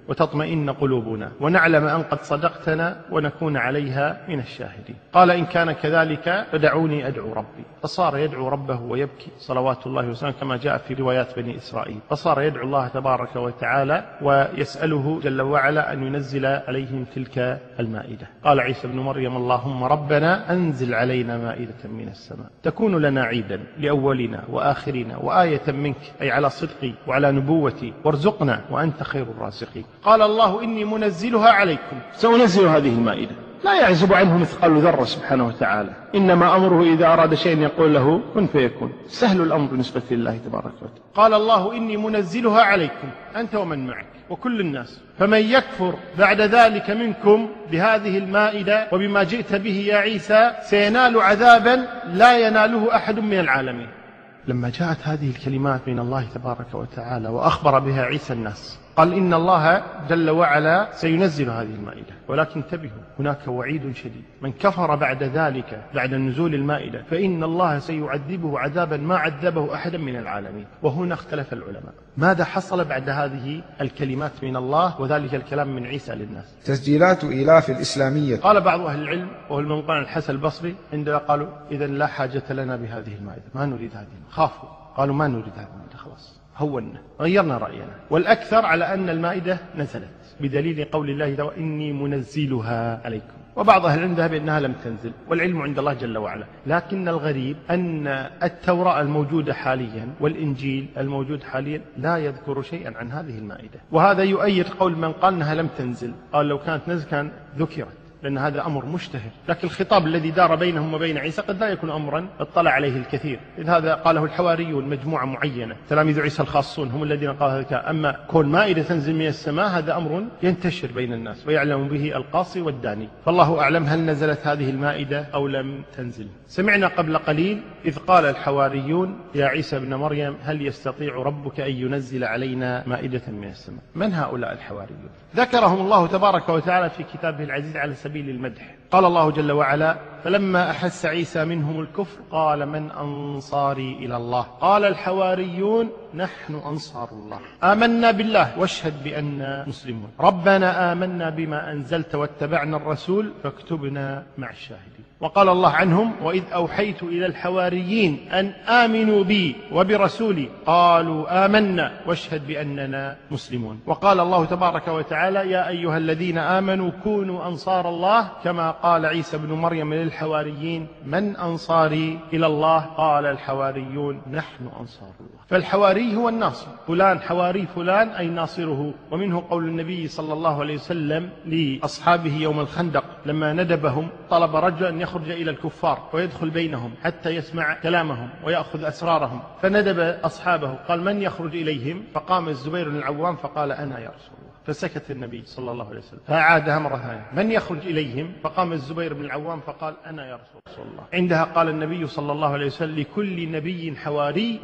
وتطمئن قلوبنا ونعلم أن قد صدقتنا ونكون عليها من الشاهدين. قال إن كان كذلك فدعوني أدعو ربي. فصار يدعو ربه ويبكي صلوات الله وسلامه كما جاء في روايات بني إسرائيل. فصار يدعو الله تبارك وتعالى ويسأله جل وعلا أن ينزل عليهم تلك المائدة. قال عيسى بن مريم اللهم ربنا أنزل علينا مائدة من السماء تكون لنا عيدا لأولنا وآخرنا وآية منك، أي على صدقي وعلى نبوتي، وارزقنا وأنت خير الرازقين. قال الله إني منزلها عليكم، سأنزل هذه المائدة، لا يعزب عنه مثقال ذرة سبحانه وتعالى، إنما أمره إذا أراد شيئا يقول له كن فيكون، سهل الأمر بالنسبة لله تبارك وتعالى. قال الله إني منزلها عليكم أنت ومن معك وكل الناس، فمن يكفر بعد ذلك منكم بهذه المائدة وبما جئت به يا عيسى سينال عذابا لا يناله أحد من العالمين. لما جاءت هذه الكلمات من الله تبارك وتعالى وأخبر بها عيسى الناس، قال إن الله جل وعلا سينزل هذه المائدة، ولكن انتبهوا هناك وعيد شديد، من كفر بعد ذلك بعد نزول المائدة فإن الله سيعذبه عذابا ما عذبه أحدا من العالمين. وهنا اختلف العلماء ماذا حصل بعد هذه الكلمات من الله وذلك الكلام من عيسى للناس. تسجيلات إيلاف الإسلامية. قال بعض أهل العلم وهو المنقل الحسن البصري عندما قالوا إذن لا حاجة لنا بهذه المائدة، ما نريد هذه، خافوا قالوا ما نريد هذه المائدة، خلاص هونا غيرنا رأينا. والأكثر على أن المائدة نزلت بدليل قول الله تعالى إني منزلها عليكم، وبعض أهل العلم ذهب أنها لم تنزل، والعلم عند الله جل وعلا. لكن الغريب أن التوراة الموجودة حاليا والإنجيل الموجود حاليا لا يذكر شيئا عن هذه المائدة، وهذا يؤيد قول من قال أنها لم تنزل، قال لو كانت نزل كان ذكرت، لأن هذا أمر مشتهر. لكن الخطاب الذي دار بينهم وبين عيسى قد لا يكون أمرا اطلع عليه الكثير، إذ هذا قاله الحواريون مجموعة معينة تلاميذ عيسى الخاصون هم الذين قالوا هذا. أما كون مائدة تنزل من السماء هذا أمر ينتشر بين الناس ويعلم به القاصي والداني، فالله أعلم هل نزلت هذه المائدة أو لم تنزل. سمعنا قبل قليل إذ قال الحواريون يا عيسى ابن مريم هل يستطيع ربك أن ينزل علينا مائدة من السماء. من هؤلاء الحواريون؟ ذكرهم الله تبارك وتعالى في كتابه العزيز على سبيل المدح. قال الله جل وعلا فلما أحس عيسى منهم الكفر قال من أنصاري إلى الله قال الحواريون نحن أنصار الله آمنا بالله واشهد بأننا مسلمون ربنا آمنا بما أنزلت واتبعنا الرسول فاكتبنا مع الشاهدين. وقال الله عنهم وإذ أوحيت إلى الحواريين أن آمنوا بي وبرسولي قالوا آمنا واشهد بأننا مسلمون. وقال الله تبارك وتعالى يا أيها الذين آمنوا كونوا أنصار الله كما قال عيسى بن مريم للحواريين من أنصاري إلى الله قال الحواريون نحن أنصار الله. فالحواري هو الناصر، فلان حواري فلان أي ناصره. ومنه قول النبي صلى الله عليه وسلم لأصحابه يوم الخندق لما ندبهم طلب رجل أن يخرج إلى الكفار ويدخل بينهم حتى يسمع كلامهم ويأخذ أسرارهم، فندب أصحابه قال من يخرج إليهم؟ فقام الزبير بن العوام فقال أنا يا رسول الله، فسكت النبي صلى الله عليه وسلم فأعادها مرة ثانية من يخرج إليهم؟ فقام الزبير بن العوام فقال أنا يا رسول الله. عندها قال النبي صلى الله عليه وسلم لكل نبي حواري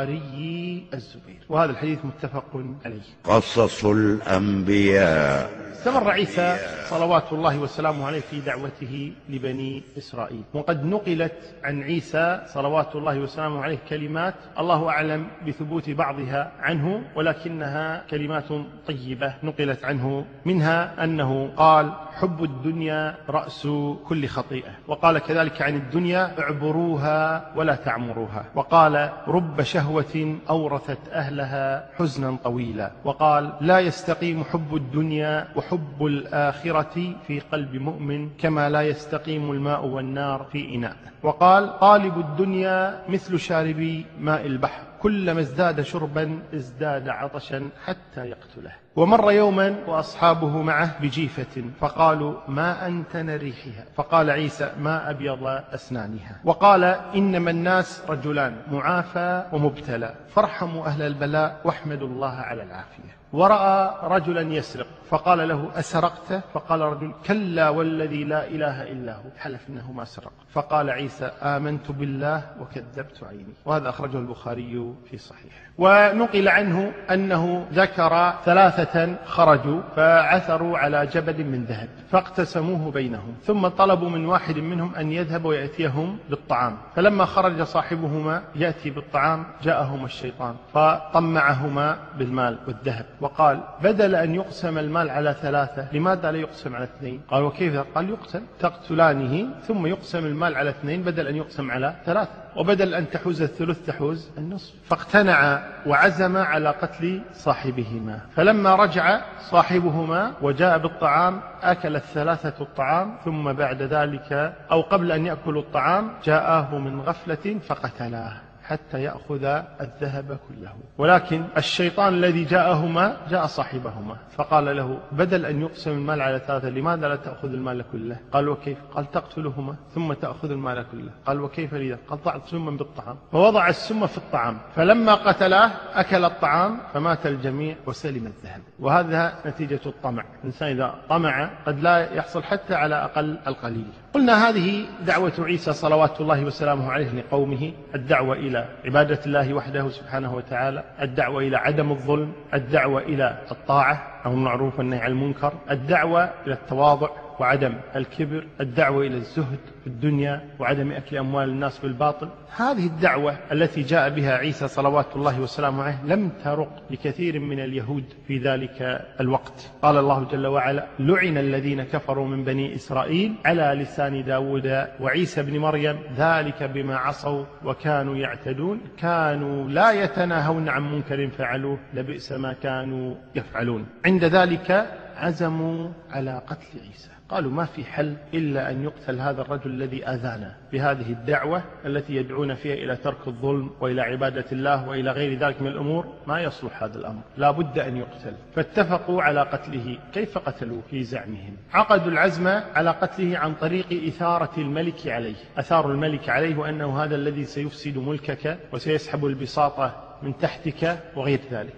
وحواري الزبير، وهذا الحديث متفق عليه. قصص الأنبياء. استمر عيسى صلوات الله وسلامه عليه في دعوته لبني إسرائيل، وقد نقلت عن عيسى صلوات الله وسلامه عليه كلمات الله أعلم بثبوت بعضها عنه، ولكنها كلمات طيبة نقلت عنه، منها أنه قال حب الدنيا رأس كل خطيئة، وقال كذلك عن الدنيا اعبروها ولا تعمروها، وقال رب شهوة أورثت أهلها حزنا طويلا، وقال لا يستقيم حب الدنيا وحب الآخرة في قلب مؤمن كما لا يستقيم الماء والنار في إناء، وقال طالب الدنيا مثل شاربي ماء البحر كلما ازداد شربا ازداد عطشا حتى يقتله. ومر يوما وأصحابه معه بجيفة فقالوا ما أنتن ريحها، فقال عيسى ما أبيض أسنانها، وقال إنما الناس رجلان معافى ومبتلى فارحموا أهل البلاء واحمدوا الله على العافية. ورأى رجلا يسرق فقال له أسرقت؟ فقال رجل كلا والذي لا إله إلا هو حلف إنه ما سرق، فقال عيسى آمنت بالله وكذبت عيني، وهذا أخرجه البخاري في صحيح. ونقل عنه أنه ذكر ثلاثة خرجوا فعثروا على جبل من ذهب فاقتسموه بينهم، ثم طلبوا من واحد منهم أن يذهب ويأتيهم بالطعام، فلما خرج صاحبهما يأتي بالطعام جاءهما الشيطان فطمعهما بالمال والذهب وقال بدل أن يقسم المال على ثلاثة لماذا لا يقسم على اثنين؟ قال وكيف؟ قال يقتل، تقتلانه ثم يقسم المال على اثنين بدل أن يقسم على ثلاثة، وبدل أن تحوز الثلث تحوز النصف. فاقتنع وعزم على قتل صاحبهما. فلما رجع صاحبهما وجاء بالطعام أكل الثلاثة الطعام، ثم بعد ذلك أو قبل أن يأكلوا الطعام جاءه من غفلة فقتلاه حتى يأخذ الذهب كله. ولكن الشيطان الذي جاءهما جاء صاحبهما فقال له بدل أن يقسم المال على ثلاثة لماذا لا تأخذ المال كله؟ قال وكيف؟ قال تقتلهما ثم تأخذ المال كله. قال وكيف لذا؟ قال ضع سما بالطعام، فوضع السم في الطعام، فلما قتلاه أكل الطعام فمات الجميع وسلم الذهب. وهذا نتيجة الطمع. الإنسان إذا طمع قد لا يحصل حتى على أقل القليل. قلنا هذه دعوة عيسى صلوات الله وسلامه عليه لقومه، الدعوة إلى عبادة الله وحده سبحانه وتعالى، الدعوة إلى عدم الظلم، الدعوة إلى الطاعة أو المعروف والنهي عن المنكر، الدعوة إلى التواضع وعدم الكبر، الدعوة إلى الزهد في الدنيا وعدم أكل أموال الناس بالباطل. هذه الدعوة التي جاء بها عيسى صلوات الله وسلامه عليه لم ترق لكثير من اليهود في ذلك الوقت. قال الله جل وعلا لعن الذين كفروا من بني إسرائيل على لسان داود وعيسى بن مريم ذلك بما عصوا وكانوا يعتدون كانوا لا يتناهون عن منكر فعلوه لبئس ما كانوا يفعلون. عند ذلك عزموا على قتل عيسى، قالوا ما في حل إلا أن يقتل هذا الرجل الذي آذانا بهذه الدعوة التي يدعون فيها إلى ترك الظلم وإلى عبادة الله وإلى غير ذلك من الأمور. ما يصلح هذا الأمر، لا بد أن يقتل. فاتفقوا على قتله. كيف قتلوه؟ في زعمهم عقدوا العزم على قتله عن طريق إثارة الملك عليه. أثار الملك عليه وأنه هذا الذي سيفسد ملكك وسيسحب البساطة من تحتك وغير ذلك.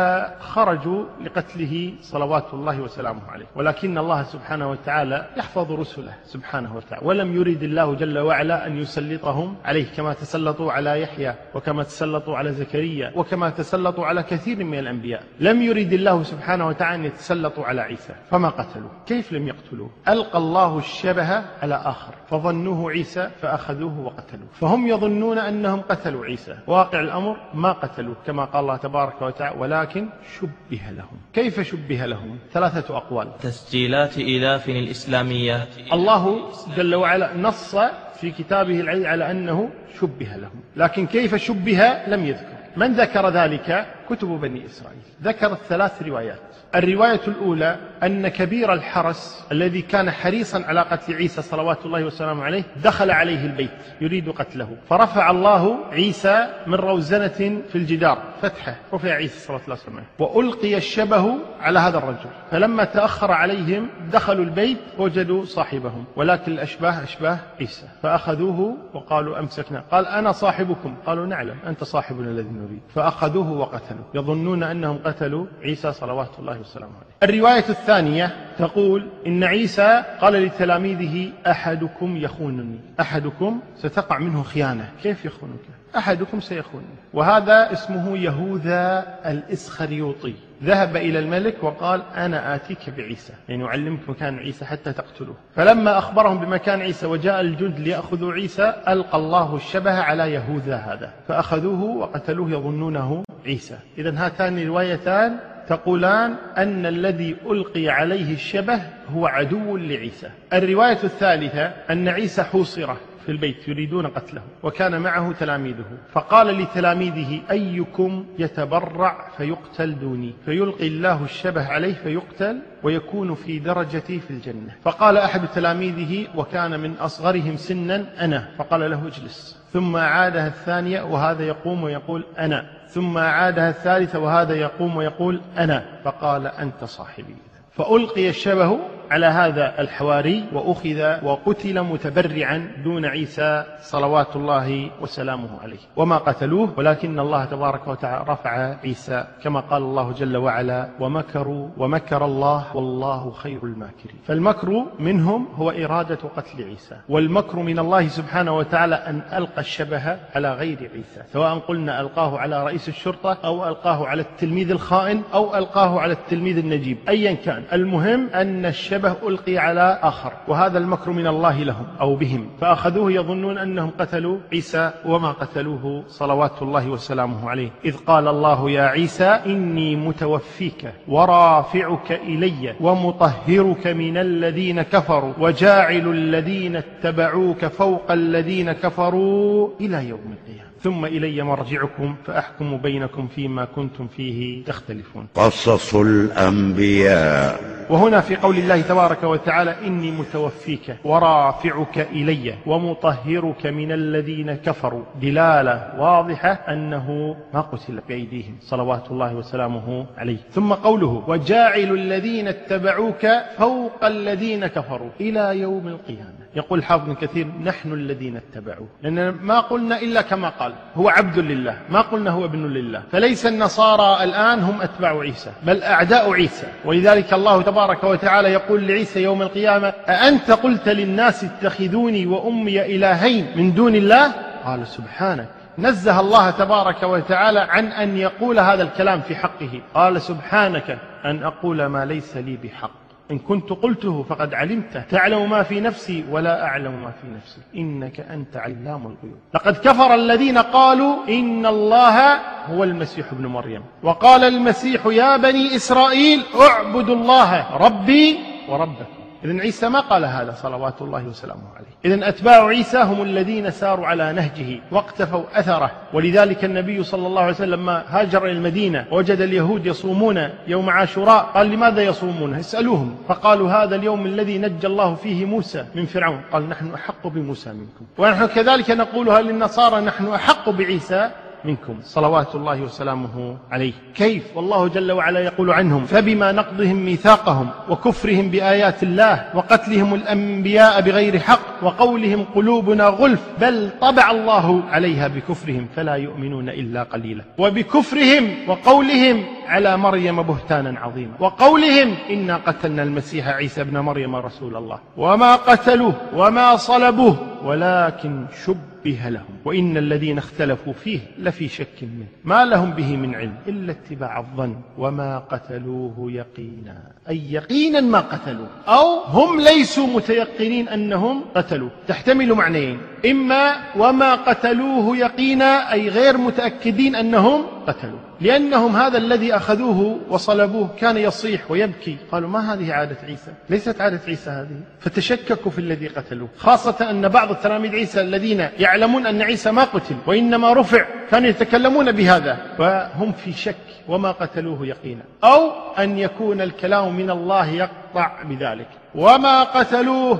فخرجوا لقتله صلوات الله وسلامه عليه. ولكن الله سبحانه وتعالى يحفظ رسله سبحانه وتعالى، ولم يرد الله جل وعلا أن يسلطهم عليه كما تسلطوا على يحيى وكما تسلطوا على زكريا وكما تسلطوا على كثير من الأنبياء. لم يرد الله سبحانه وتعالى أن يتسلطوا على عيسى فما قتلوه. كيف لم يقتلوه؟ ألقى الله الشبه على آخر فظنوه عيسى فأخذوه وقتلوه. فهم يظنون أنهم قتلوا عيسى، واقع الأمر ما قتلوه كما قال الله تبارك وتعالى ولكن شبه لهم. كيف شبه لهم؟ ثلاثة أقوال. تسجيلات إلاف الإسلاميات. الله جل وعلا نص في كتابه العزيز على أنه شبه لهم، لكن كيف شبه لم يذكر. من ذكر ذلك؟ كتب بني إسرائيل. ذكرت ثلاث روايات. الرواية الأولى أن كبير الحرس الذي كان حريصا على قتل عيسى صلوات الله وسلامه عليه دخل عليه البيت يريد قتله، فرفع الله عيسى من روزنة في الجدار فتحه، رفع عيسى صلى الله عليه وسلم وألقي الشبه على هذا الرجل. فلما تأخر عليهم دخلوا البيت وجدوا صاحبهم، ولكن الأشباه أشباه عيسى فأخذوه وقالوا أمسكنا. قال أنا صاحبكم؟ قالوا نعلم أنت صاحبنا الذي نريد. فأخذوه وقتلوا، يظنون أنهم قتلوا عيسى صلوات الله وسلامه عليه. الرواية الثانية تقول إن عيسى قال لتلاميذه أحدكم يخونني، أحدكم ستقع منه خيانة. كيف يخونك؟ أحدكم سيخونني. وهذا اسمه يهوذا الإسخريوطي، ذهب إلى الملك وقال أنا آتيك بعيسى، يعني أعلمك مكان عيسى حتى تقتله. فلما أخبرهم بمكان عيسى وجاء الجند ليأخذوا عيسى ألقى الله الشبه على يهوذا هذا فأخذوه وقتلوه يظنونه عيسى. إذن هاتان روايتان تقولان أن الذي ألقي عليه الشبه هو عدو لعيسى. الرواية الثالثة أن عيسى حوصره في البيت يريدون قتله وكان معه تلاميذه، فقال لتلاميذه أيكم يتبرع فيقتل دوني، فيلقي الله الشبه عليه فيقتل ويكون في درجتي في الجنة. فقال أحد تلاميذه وكان من أصغرهم سنا أنا، فقال له اجلس. ثم عادها الثانية وهذا يقوم ويقول أنا، ثم عادها الثالثة وهذا يقوم ويقول أنا، فقال أنت صاحبي. فألقي الشبه على هذا الحواري وأخذ وقتل متبرعا دون عيسى صلوات الله وسلامه عليه. وما قتلوه ولكن الله تبارك وتعالى رفع عيسى كما قال الله جل وعلا ومكروا ومكر الله والله خير الماكرين. فالمكر منهم هو إرادة قتل عيسى، والمكر من الله سبحانه وتعالى أن ألقى الشبه على غير عيسى، سواء قلنا ألقاه على رئيس الشرطة أو ألقاه على التلميذ الخائن أو ألقاه على التلميذ النجيب، أيا كان، المهم أن الشبه الشبه ألقي على آخر، وهذا المكر من الله لهم أو بهم، فأخذوه يظنون أنهم قتلوا عيسى وما قتلوه صلوات الله وسلامه عليه. إذ قال الله يا عيسى إني متوفيك ورافعك إلي ومطهرك من الذين كفروا وجاعل الذين اتبعوك فوق الذين كفروا إلى يوم القيامة ثم إلي مرجعكم فأحكم بينكم فيما كنتم فيه تختلفون. قصص الأنبياء. وهنا في قول الله تبارك وتعالى إني متوفيك ورافعك إلي ومطهرك من الذين كفروا، دلالة واضحة أنه ما قتل بأيديهم صلوات الله وسلامه عليه. ثم قوله وجاعل الذين اتبعوك فوق الذين كفروا إلى يوم القيامة. يقول الحافظ ابن كثير نحن الذين اتبعوه، لأننا ما قلنا إلا كما قال هو عبد لله، ما قلنا هو ابن لله، فليس النصارى الآن هم أتباع عيسى بل أعداء عيسى. ولذلك الله تبارك وتعالى يقول لعيسى يوم القيامة أأنت قلت للناس اتخذوني وأمي إلهين من دون الله؟ قال سبحانك. نزه الله تبارك وتعالى عن أن يقول هذا الكلام في حقه، قال سبحانك أن أقول ما ليس لي بحق، إن كنت قلته فقد علمته، تعلم ما في نفسي ولا أعلم ما في نفسي إنك أنت علام الغيوب. لقد كفر الذين قالوا إن الله هو المسيح ابن مريم، وقال المسيح يا بني إسرائيل اعبدوا الله ربي وربكم. إذن عيسى ما قال هذا صلوات الله وسلامه عليه. إذن أتباع عيسى هم الذين ساروا على نهجه واقتفوا أثره. ولذلك النبي صلى الله عليه وسلم لما هاجر إلى المدينة وجد اليهود يصومون يوم عاشوراء قال لماذا يصومون؟ اسألوهم، فقالوا هذا اليوم الذي نجى الله فيه موسى من فرعون. قال نحن أحق بموسى منكم، ونحن كذلك نقولها للنصارى نحن أحق بعيسى منكم صلوات الله وسلامه عليه. كيف والله جل وعلا يقول عنهم فبما نقضهم ميثاقهم وكفرهم بآيات الله وقتلهم الأنبياء بغير حق وقولهم قلوبنا غلف بل طبع الله عليها بكفرهم فلا يؤمنون إلا قليلا، وبكفرهم وقولهم على مريم بهتانا عظيما، وقولهم إنا قتلنا المسيح عيسى ابن مريم رسول الله وما قتلوه وما صلبوه ولكن شب به لهم وإن الذين اختلفوا فيه لفي شك منه ما لهم به من علم إلا اتباع الظن وما قتلوه يقينا، أي يقينا ما قتلوه، أو هم ليسوا متيقنين أنهم قتلوه. تحتمل معنيين، إما وما قتلوه يقينا أي غير متأكدين أنهم قتلوه، لأنهم هذا الذي أخذوه وصلبوه كان يصيح ويبكي، قالوا ما هذه عادة عيسى، ليست عادة عيسى هذه، فتشككوا في الذي قتلوه. خاصة أن بعض تلاميذ عيسى الذين يعلمون أن عيسى ما قتل وإنما رفع كانوا يتكلمون بهذا، فهم في شك وما قتلوه يقينا، أو أن يكون الكلام من الله يقطع بذلك وما قتلوه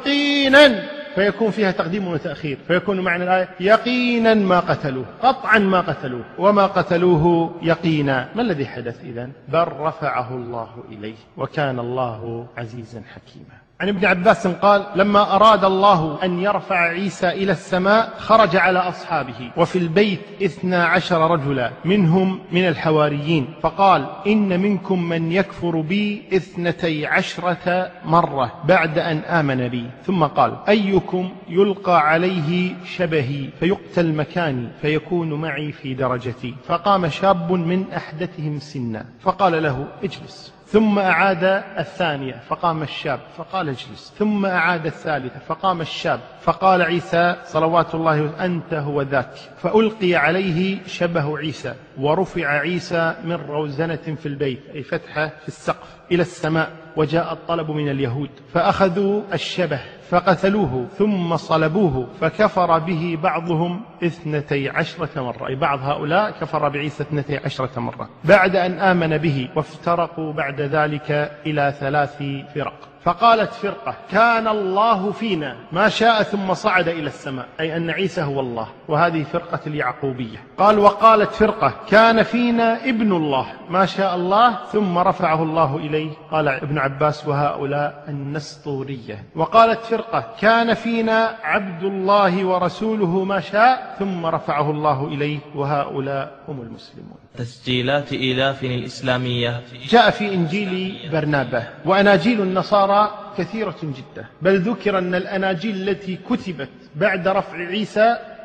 يقينا، فيكون فيها تقديم وتأخير، فيكون معنى الآية يقينا ما قتلوه، قطعا ما قتلوه وما قتلوه يقينا. ما الذي حدث إذن؟ بل رفعه الله إليه وكان الله عزيزا حكيما. عن ابن عباس قال لما أراد الله أن يرفع عيسى إلى السماء خرج على أصحابه وفي البيت اثنا عشر رجلا منهم من الحواريين، فقال إن منكم من يكفر بي اثنتي عشرة مرة بعد أن آمن بي، ثم قال أيكم يلقى عليه شبهي فيقتل مكاني فيكون معي في درجتي؟ فقام شاب من أحدثهم سنا فقال له اجلس، ثم أعاد الثانية فقام الشاب فقال اجلس، ثم أعاد الثالثة فقام الشاب فقال عيسى صلوات الله أنت هو ذاك، فألقي عليه شبه عيسى ورفع عيسى من روزنة في البيت أي فتحة في السقف إلى السماء، وجاء الطلب من اليهود فأخذوا الشبه فقتلوه ثم صلبوه، فكفر به بعضهم اثنتي عشرة مرة، أي بعض هؤلاء كفر بعيسى اثنتي عشرة مرة بعد أن آمن به، وافترقوا بعد ذلك إلى ثلاث فرق. فقالت فرقة كان الله فينا ما شاء ثم صعد إلى السماء، أي أن عيسى هو الله، وهذه فرقة اليعقوبية. قال وقالت فرقة كان فينا ابن الله ما شاء الله ثم رفعه الله إليه، قال ابن عباس وهؤلاء النسطورية. وقالت فرقة كان فينا عبد الله ورسوله ما شاء ثم رفعه الله إليه، وهؤلاء هم المسلمون. تسجيلات إيلاف الإسلامية. جاء في إنجيل برنابة وأناجيل النصارى كثيرة جدا، بل ذكر أن الأناجيل التي كتبت بعد رفع عيسى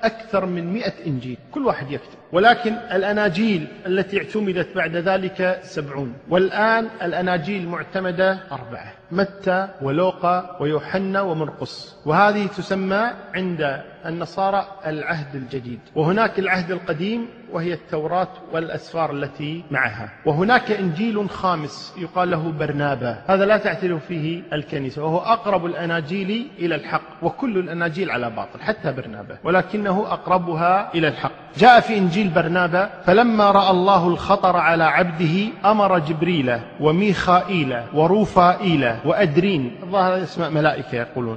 أكثر من مئة إنجيل، كل واحد يكتب، ولكن الأناجيل التي اعتمدت بعد ذلك سبعون، والآن الأناجيل معتمدة أربعة: متى ولوقا ويوحنا ومرقس، وهذه تسمى عند النصارى العهد الجديد. وهناك العهد القديم وهي التوراة والأسفار التي معها. وهناك إنجيل خامس يقال له برنابا، هذا لا تعترف فيه الكنيسة، وهو أقرب الأناجيل إلى الحق، وكل الأناجيل على باطل حتى برنابا، ولكنه أقربها إلى الحق. جاء في إنجيل برنابا: فلما رأى الله الخطر على عبده أمر جبريل وميخائيل وروفائيل وأدرين، الله اسماء ملائكة يقولون،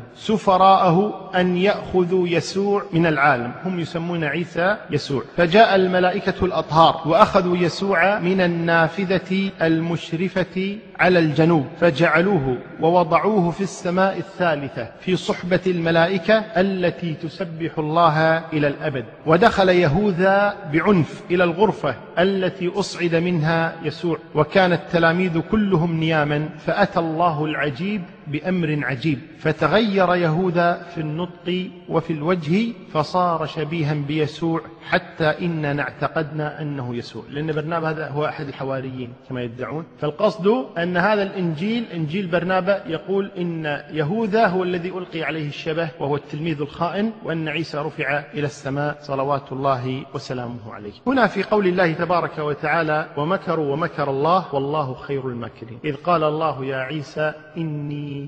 سفراءه أن يأخذوا يسوع من العالم، هم يسمون عيسى يسوع. فجاء الملائكة الأطهار وأخذوا يسوع من النافذة المشرفة على الجنوب، فجعلوه ووضعوه في السماء الثالثة في صحبة الملائكة التي تسبح الله إلى الأبد. ودخل يهوذا بعنف إلى الغرفة التي أصعد منها يسوع، وكان التلاميذ كلهم نياما، فأتى الله العجيب بأمر عجيب، فتغير يهوذا في النطق وفي الوجه، فصار شبيها بيسوع، حتى إننا اعتقدنا أنه يسوع، لأن برنابا هذا هو أحد الحواريين كما يدعون. فالقصد أن هذا الإنجيل، إنجيل برنابا، يقول إن يهوذا هو الذي ألقي عليه الشبه وهو التلميذ الخائن، وأن عيسى رفع إلى السماء صلوات الله وسلامه عليه. هنا في قول الله تبارك وتعالى: ومكروا ومكر الله والله خير الماكرين، إذ قال الله يا عيسى إني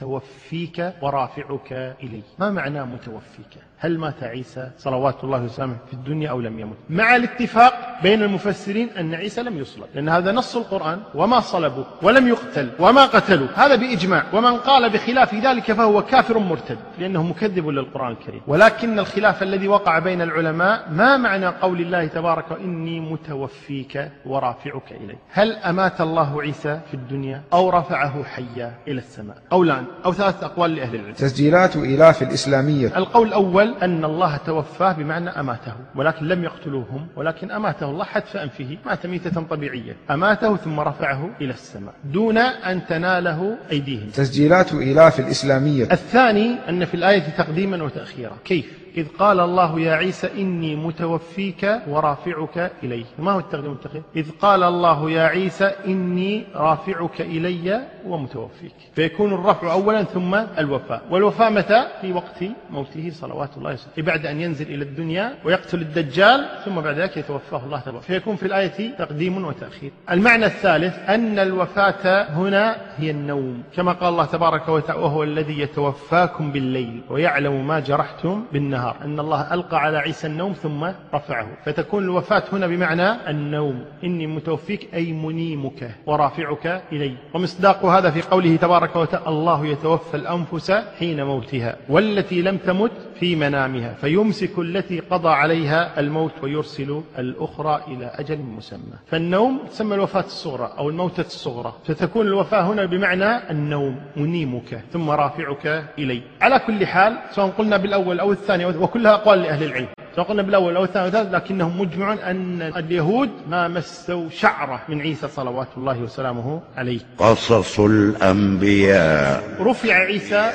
متوفيك ورافعك إلي. ما معنى متوفيك؟ هل مات عيسى صلوات الله وسلامه في الدنيا أو لم يمت؟ مع الاتفاق بين المفسرين أن عيسى لم يصلب، لأن هذا نص القرآن: وما صلبوا ولم يقتل وما قتلوا، هذا بإجماع. ومن قال بخلاف ذلك فهو كافر مرتد، لأنه مكذب للقرآن الكريم. ولكن الخلاف الذي وقع بين العلماء: ما معنى قول الله تبارك: إني متوفيك ورافعك إلي؟ هل أمات الله عيسى في الدنيا أو رفعه حيا إلى السماء؟ قولان أو ثلاثة أقوال لأهل العلم. تسجيلات إيلاف الإسلامية. القول الأول أن الله توفاه بمعنى أماته، ولكن لم يقتلوهم، ولكن أماته الله حتف أنفه، مات ميتة طبيعية، أماته ثم رفعه إلى السماء دون أن تناله أيديهم. تسجيلات إيلاف الإسلامية. الثاني أن في الآية تقديما وتأخيرا. كيف؟ إذ قال الله يا عيسى إني متوفيك ورافعك إلي. ما هو التقديم والتأخير؟ إذ قال الله يا عيسى إني رافعك إلي ومتوفيك، فيكون الرفع أولا ثم الوفاء. والوفاء متى؟ في وقت موته صلوات الله وسلامه، بعد أن ينزل إلى الدنيا ويقتل الدجال، ثم بعد ذلك يتوفاه الله تبارك. فيكون في الآية تقديم وتأخير. المعنى الثالث أن الوفاة هنا هي النوم، كما قال الله تبارك وتعالى: وهو الذي يتوفاكم بالليل ويعلم ما جرحتم بالنهار، أن الله ألقى على عيسى النوم ثم رفعه. فتكون الوفاة هنا بمعنى النوم: إني متوفيك أي منيمك ورافعك إلي. ومصداق هذا في قوله تبارك وتعالى: الله يتوفى الأنفس حين موتها والتي لم تمت في منامها فيمسك التي قضى عليها الموت ويرسل الأخرى إلى أجل مسمى. فالنوم تسمى الوفاة الصغرى أو الموتة الصغرى، فتكون الوفاة هنا بمعنى النوم: منيمك ثم رافعك إلي. على كل حال، سواء قلنا بالأول أو الثاني، وكلها أقوال لأهل العلم، سواء قلنا بالأول أو الثاني والثالث، لكنهم مجمعون أن اليهود ما مسوا شعرة من عيسى صلوات الله وسلامه عليه. قصص الأنبياء. رفع عيسى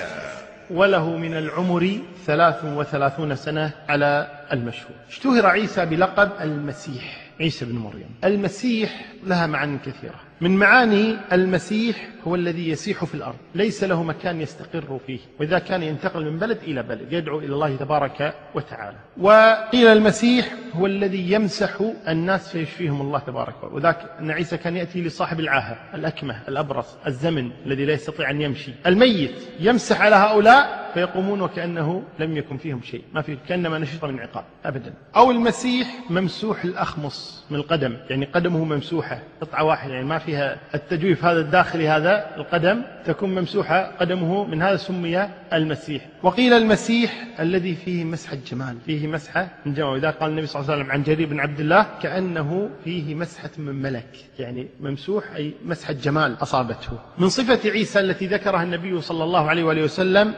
وله من العمر ثلاث وثلاثون سنة على المشهور. اشتهر عيسى بلقب المسيح، عيسى بن مريم. المسيح لها معاني كثيرة. من معاني المسيح هو الذي يسيح في الأرض، ليس له مكان يستقر فيه، وإذا كان ينتقل من بلد إلى بلد يدعو إلى الله تبارك وتعالى. وقيل المسيح هو الذي يمسح الناس فيشفيهم الله تبارك وتعالى، وذاك أن عيسى كان يأتي لصاحب العاهة، الأكمه، الأبرص، الزمن الذي لا يستطيع أن يمشي، الميت، يمسح على هؤلاء فيقومون وكأنه لم يكن فيهم شيء، ما في، كأنما نشط من عقاب أبدا. أو المسيح ممسوح الأخمص من القدم، يعني قدمه ممسوحة قطعة واحدة، يعني ما فيها التجويف هذا الداخلي، هذا القدم تكون ممسوحة قدمه، من هذا سمي المسيح. وقيل المسيح الذي فيه مسحة جمال، فيه مسحة من جمال، وإذا قال النبي صلى الله عليه وسلم عن جرير بن عبد الله: كأنه فيه مسحة من ملك، يعني ممسوح أي مسحة جمال أصابته. من صفة عيسى التي ذكرها النبي صلى الله عليه وآله وسلم أنه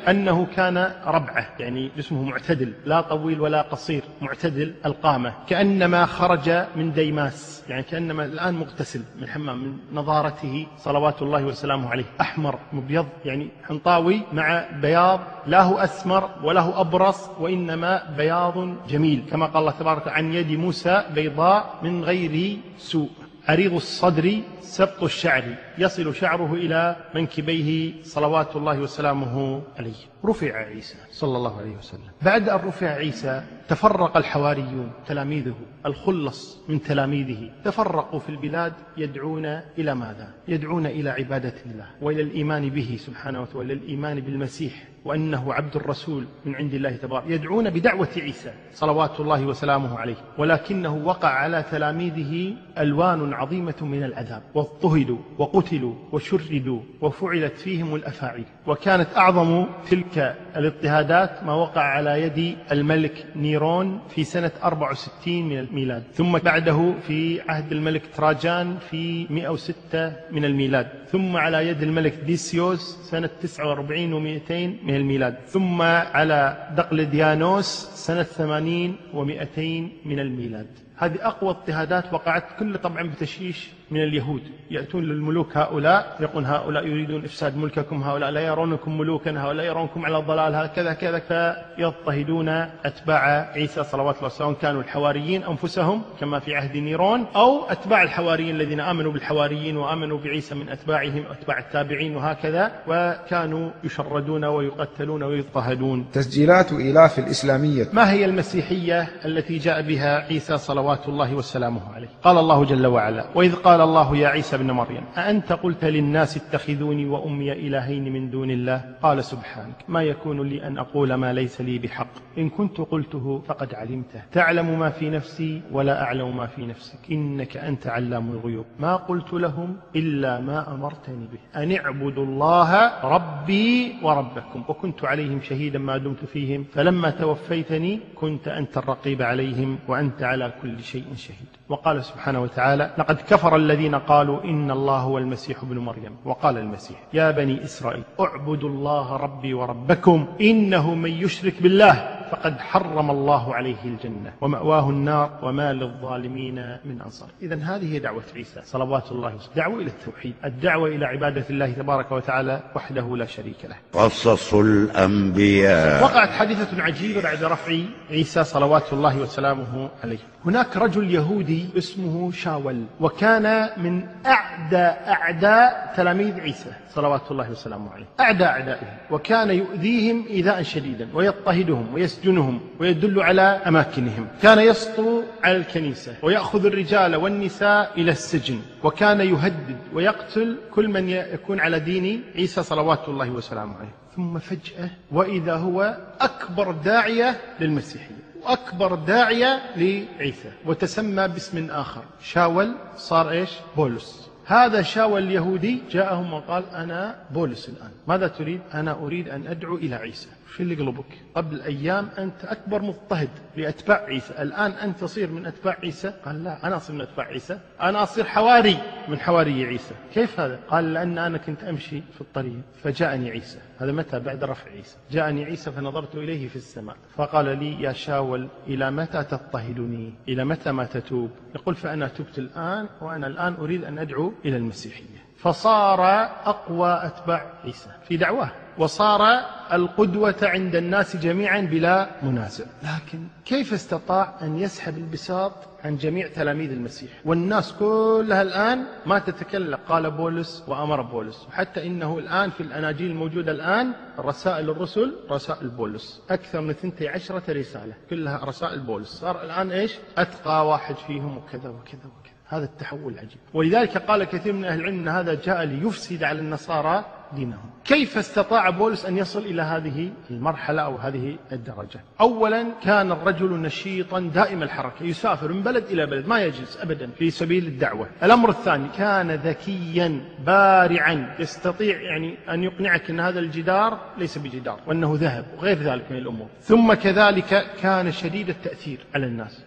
كان ربعة، يعني جسمه معتدل، لا طويل ولا قصير، معتدل القامة، كأنما خرج من ديماس، يعني كأنما الآن مغتسل من حمام من نضارته صلوات الله وسلامه عليه. أحمر مبيض، يعني حنطاوي مع بياض، لا هو أسمر ولا هو أبرص، وإنما بياض جميل، كما قال الله تبارك عن يد موسى بيضاء من غير سوء. عريض الصدر سبط الشعر، يصل شعره إلى منكبيه صلوات الله وسلامه عليه. رفع عيسى صلى الله عليه وسلم. بعد أن رفع عيسى تفرق الحواريون تلاميذه الخلص من تلاميذه، تفرقوا في البلاد يدعون إلى ماذا؟ يدعون إلى عبادة الله وإلى الإيمان به سبحانه وتعالى، وإلى الإيمان بالمسيح وأنه عبد الرسول من عند الله تبارك، يدعون بدعوة عيسى صلوات الله وسلامه عليه. ولكنه وقع على تلاميذه ألوان عظيمة من العذاب، واضطهدوا وقتلوا وشردوا وفعلت فيهم الأفاعيل. وكانت أعظم تلك الاضطهادات ما وقع على يد الملك نيرون في سنة أربعة وستين من الميلاد، ثم بعده في عهد الملك تراجان في مئة وستة من الميلاد، ثم على يد الملك ديسيوس سنة تسعة وأربعين ومئتين من الميلاد، ثم على دقلديانوس سنة ثمانين ومئتين من الميلاد. هذه أقوى اضطهادات وقعت، كل طبعا بتشيش من اليهود، يأتون للملوك هؤلاء يقول هؤلاء يريدون إفساد ملككم، هؤلاء لا يرونكم ملوكا، هؤلاء يرونكم على الضلال، هكذا كذا، فيضطهدون أتباع عيسى صلوات الله، سواء كانوا الحواريين أنفسهم كما في عهد نيرون، أو أتباع الحواريين الذين آمنوا بالحواريين وآمنوا بعيسى من أتباعهم أتباع التابعين وهكذا، وكانوا يشردون ويقتلون ويضطهدون. تسجيلات إيلاف الإسلامية. ما هي المسيحية التي جاء بها عيسى صلوات الله وسلامه عليه؟ قال الله جل وعلا: وإذ قال الله يا عيسى ابن مريم أأنت قلت للناس اتخذوني وأمي إلهين من دون الله؟ قال سبحانك ما يكون لي أن أقول ما ليس لي بحق، إن كنت قلته فقد علمته، تعلم ما في نفسي ولا أعلم ما في نفسك، إنك أنت علام الغيوب، ما قلت لهم إلا ما أمرتني به، أن اعبدوا الله ربي وربكم، وكنت عليهم شهيدا ما دمت فيهم، فلما توفيتني كنت أنت الرقيب عليهم وأنت على كل شيء شهيد. وقال سبحانه وتعالى: لقد كفر الذين قالوا إن الله هو المسيح ابن مريم، وقال المسيح: يا بني إسرائيل اعبدوا الله ربي وربكم، إنه من يشرك بالله فقد حرم الله عليه الجنة ومأواه النار وما للظالمين من أنصار. إذن هذه هي دعوة عيسى صلوات الله وسلامه، دعوة إلى التوحيد، الدعوة إلى عبادة الله تبارك وتعالى وحده لا شريك له. قصص الأنبياء. وقعت حادثة عجيبة بعد رفع عيسى صلوات الله وسلامه عليه. هناك رجل يهودي اسمه شاول، وكان من أعدى أعداء تلاميذ عيسى صلوات الله وسلامه عليه، أعدى أعدائه، وكان يؤذيهم إيذاء شديدا ويضطهدهم ويسجنهم ويدل على أماكنهم. كان يسطو على الكنيسة ويأخذ الرجال والنساء إلى السجن، وكان يهدد ويقتل كل من يكون على دين عيسى صلوات الله وسلامه عليه. ثم فجأة وإذا هو أكبر داعية للمسيحية وأكبر داعية لعيسى، وتسمى باسم آخر، شاول صار إيش؟ بولس. هذا شاول اليهودي جاءهم وقال: أنا بولس الآن، ماذا تريد؟ أنا أريد أن أدعو إلى عيسى. شو اللي قلبك؟ قبل أيام أنت أكبر مضطهد لأتباع عيسى، الآن أنت تصير من أتباع عيسى؟ قال: لا، أنا أصير من أتباع عيسى، أنا أصير حواري من حواري عيسى. كيف هذا؟ قال: لأن أنا كنت أمشي في الطريق فجاءني عيسى. هذا متى؟ بعد رفع عيسى. جاءني عيسى فنظرت إليه في السماء فقال لي: يا شاول، إلى متى تضطهدني؟ إلى متى ما تتوب؟ يقول: فأنا تبت الآن، وأنا الآن أريد أن أدعو إلى المسيحية. فصار أقوى أتباع عيسى في دعواه، وصار القدوة عند الناس جميعا بلا منازع. لكن كيف استطاع أن يسحب البساط عن جميع تلاميذ المسيح؟ والناس كلها الآن ما تتكلم، قال بولس وأمر بولس. وحتى إنه الآن في الأناجيل الموجودة الآن رسائل الرسل رسائل بولس، أكثر من اثنتي عشرة رسالة كلها رسائل بولس. صار الآن إيش؟ أتقى واحد فيهم وكذا وكذا وكذا. هذا التحول العجيب. ولذلك قال كثير من أهل العلم أن هذا جاء ليفسد على النصارى دينهم. كيف استطاع بولس أن يصل إلى هذه المرحلة أو هذه الدرجة؟ أولا كان الرجل نشيطا دائم الحركة، يسافر من بلد إلى بلد، ما يجلس أبدا في سبيل الدعوة. الأمر الثاني كان ذكيا بارعا، يستطيع يعني أن يقنعك أن هذا الجدار ليس بجدار وأنه ذهب وغير ذلك من الأمور. ثم كذلك كان شديد التأثير على الناس،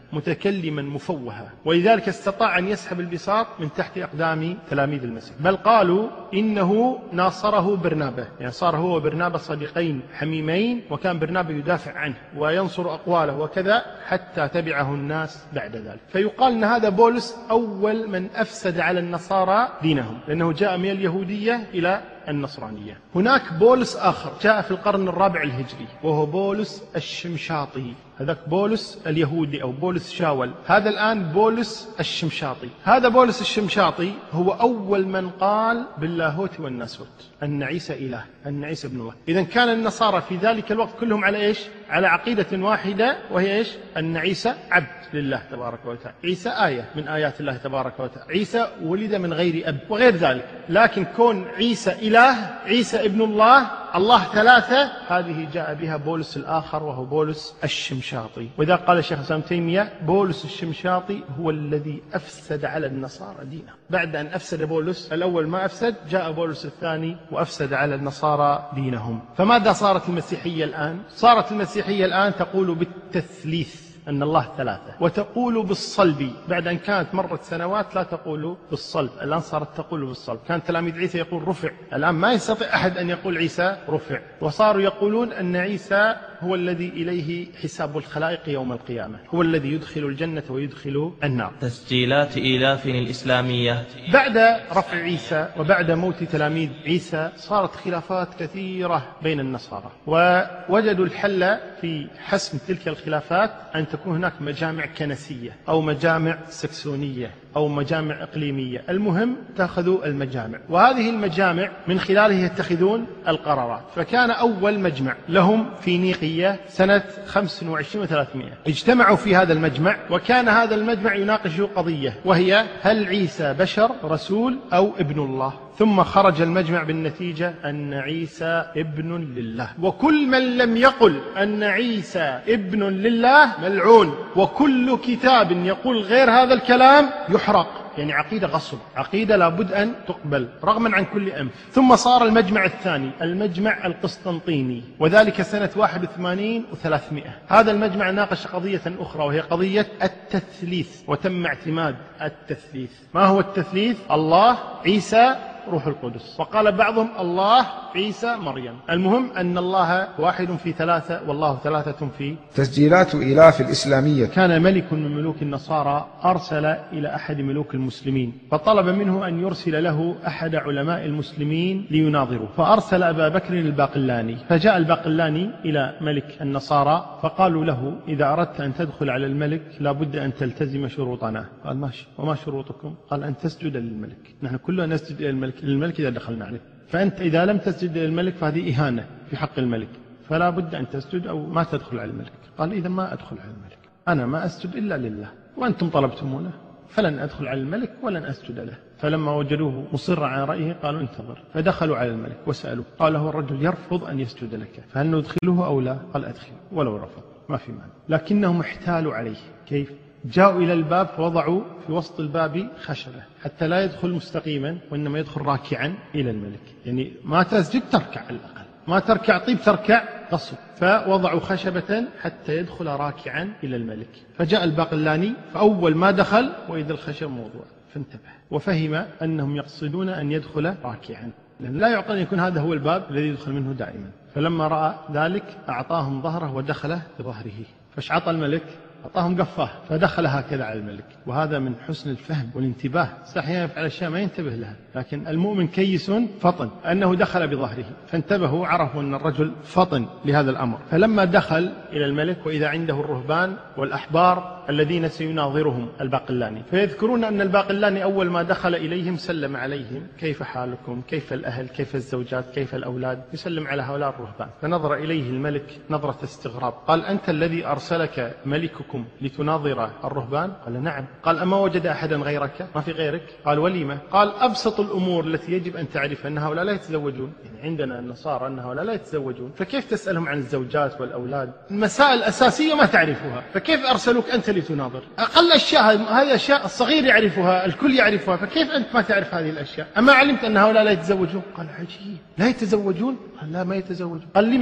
متكلما مفوها، ولذلك استطاع أن يسحب البساط من تحت أقدام تلاميذ المسيح. بل قالوا إنه ناصره برنابة، يعني صار هو وبرنابة صديقين حميمين، وكان برنابة يدافع عنه وينصر أقواله وكذا حتى تبعه الناس بعد ذلك. فيقال أن هذا بولس أول من أفسد على النصارى دينهم، لأنه جاء من اليهودية إلى النصرانية. هناك بولس آخر جاء في القرن الرابع الهجري، وهو بولس الشمشاطي. هذاك بولس اليهودي أو بولس شاول، هذا الآن بولس الشمشاطي. هذا بولس الشمشاطي هو أول من قال باللاهوت والناسوت، أن عيسى إله، أن عيسى ابن الله. إذن كان النصارى في ذلك الوقت كلهم على إيش؟ على عقيدة واحدة، وهي إيش؟ أن عيسى عبد لله تبارك وتعالى، عيسى آية من آيات الله تبارك وتعالى، عيسى ولد من غير أب وغير ذلك. لكن كون عيسى إله، عيسى ابن الله، الله ثلاثة، هذه جاء بها بولس الآخر وهو بولس الشمشاطي. وإذا قال الشيخ الإسلام تيمية بولس الشمشاطي هو الذي أفسد على النصارى دينه. بعد أن أفسد بولس الأول ما أفسد، جاء بولس الثاني وأفسد على النصارى دينهم. فماذا صارت المسيحية الآن؟ صارت المسيحية الآن تقول بالتثليث، أن الله ثلاثة، وتقول بالصلب. بعد أن كانت مرت سنوات لا تقول بالصلب، الآن صارت تقول بالصلب. كان تلاميذ عيسى يقول رفع، الآن ما يستطيع أحد أن يقول عيسى رفع. وصاروا يقولون أن عيسى هو الذي إليه حساب الخلائق يوم القيامة، هو الذي يدخل الجنة ويدخل النار. تسجيلات إيلاف الإسلامية. بعد رفع عيسى وبعد موت تلاميذ عيسى صارت خلافات كثيرة بين النصارى، ووجدوا الحل في حسم تلك الخلافات أن تكون هناك مجامع كنسية أو مجامع سكسونية أو مجامع إقليمية. المهم تأخذوا المجامع، وهذه المجامع من خلاله يتخذون القرارات. فكان أول مجمع لهم في نيقية سنة خمس وعشرين وثلاثمائة، اجتمعوا في هذا المجمع، وكان هذا المجمع يناقش قضية، وهي هل عيسى بشر رسول أو ابن الله؟ ثم خرج المجمع بالنتيجة أن عيسى ابن لله، وكل من لم يقل أن عيسى ابن لله ملعون، وكل كتاب يقول غير هذا الكلام يحرق. يعني عقيدة غصب، عقيدة لابد أن تقبل رغما عن كل أنف. ثم صار المجمع الثاني، المجمع القسطنطيني، وذلك سنة واحد وثمانين وثلاثمائة. هذا المجمع ناقش قضية أخرى، وهي قضية التثليث، وتم اعتماد التثليث. ما هو التثليث؟ الله، عيسى، روح القدس. وقال بعضهم الله، عيسى، مريم. المهم أن الله واحد في ثلاثة، والله ثلاثة في. تسجيلات إيلاف الإسلامية. كان ملك من ملوك النصارى أرسل إلى أحد ملوك المسلمين، فطلب منه أن يرسل له أحد علماء المسلمين ليناظره، فأرسل أبا بكر الباقلاني. فجاء الباقلاني إلى ملك النصارى، فقالوا له إذا أردت أن تدخل على الملك لابد أن تلتزم شروطنا. قال ماشي، وما شروطكم؟ قال أن تسجد للملك. نحن كلنا نسجد للملك للملك إذا دخلنا عليه، فأنت إذا لم تسجد للملك فهذه إهانة في حق الملك، فلا بد أن تسجد أو ما تدخل على الملك. قال إذا ما أدخل على الملك، أنا ما أسجد إلا لله، وأنتم طلبتمونه، فلن أدخل على الملك ولن أسجد له. فلما وجدوه مصر على رأيه قالوا انتظر، فدخلوا على الملك وسألوه، قال له الرجل يرفض أن يسجد لك، فهل ندخله أو لا؟ قال أدخله ولو رفض ما في مانع. لكنهم احتالوا عليه. كيف؟ جاءوا إلى الباب فوضعوا في وسط الباب خشبة حتى لا يدخل مستقيما، وإنما يدخل راكعا إلى الملك. يعني ما تسجد تركع على الأقل، ما تركع طيب تركع غصب. فوضعوا خشبة حتى يدخل راكعا إلى الملك. فجاء الباقلاني، فأول ما دخل وإذا الخشب موضوع، فانتبه وفهم أنهم يقصدون أن يدخل راكعا، لأن لا يعقل أن يكون هذا هو الباب الذي يدخل منه دائما. فلما رأى ذلك أعطاهم ظهره ودخل بظهره. فاشعط الملك، أعطاهم قفاه فدخل هكذا على الملك. وهذا من حسن الفهم والانتباه. أحيانا يفعل أشياء ما ينتبه لها، لكن المؤمن كيس فطن، أنه دخل بظهره، فانتبهوا عرفوا أن الرجل فطن لهذا الأمر. فلما دخل إلى الملك وإذا عنده الرهبان والأحبار الذين سيناظرهم الباقلاني، فيذكرون أن الباقلاني أول ما دخل إليهم سلم عليهم، كيف حالكم، كيف الأهل، كيف الزوجات، كيف الأولاد، يسلم على هؤلاء الرهبان. فنظر إليه الملك نظرة استغراب، قال أنت الذي أرسلك ملككم لتناظر الرهبان؟ قال نعم. قال أما وجد أحدا غيرك؟ ما في غيرك؟ قال ولما؟ قال أبسط الأمور التي يجب أن تعرف أن هؤلاء لا يتزوجون، يعني عندنا النصارى أن هؤلاء لا يتزوجون، فكيف تسألهم عن الزوجات والأولاد؟ المسائل الأساسية ما تعرفها، فكيف أرسلوك أنت لتناظر؟ أقل أشياء هذه أشياء الصغير يعرفها، الكل يعرفها، فكيف أنت ما تعرف هذه الأشياء؟ أما علمت أن هؤلاء لا يتزوجون؟ قال عجيب، لا يتزوجون؟ قال لا ما يتزوجون. قال لما؟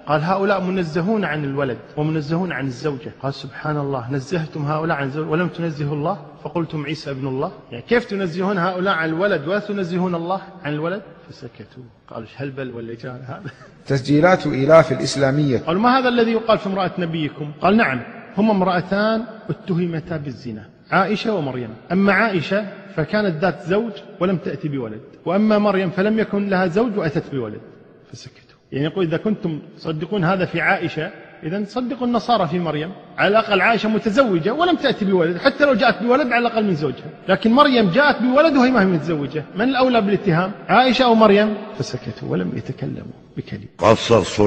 قال هؤلاء منزهون عن الولد ومنزهون عن الزوجة. قال سبحان الله، نزهتم هؤلاء عن الزوجة ولم تنزهوا الله فقلتم عيسى ابن الله؟ يعني كيف تنزهون هؤلاء عن الولد ولا تنزهون الله عن الولد؟ فسكتوا. قالوا ايش هالبل واللجان هذا؟ تسجيلات إيلاف الإسلامية. قالوا ما هذا الذي يقال في امرأة نبيكم؟ قال نعم، هما امرأتان اتهمتا بالزنا، عائشة ومريم. أما عائشة فكانت ذات زوج ولم تأتي بولد، وأما مريم فلم يكن لها زوج وأتت بولد. فسكتوا. يعني يقول إذا كنتم تصدقون هذا في عائشة إذن تصدقوا النصارى في مريم. على الأقل عائشة متزوجة ولم تأتي بولد، حتى لو جاءت بولد على الأقل من زوجها، لكن مريم جاءت بولد وهي ما هي متزوجة. من الأولى بالاتهام، عائشة أو مريم؟ فسكتوا ولم يتكلموا بكلمة. قصص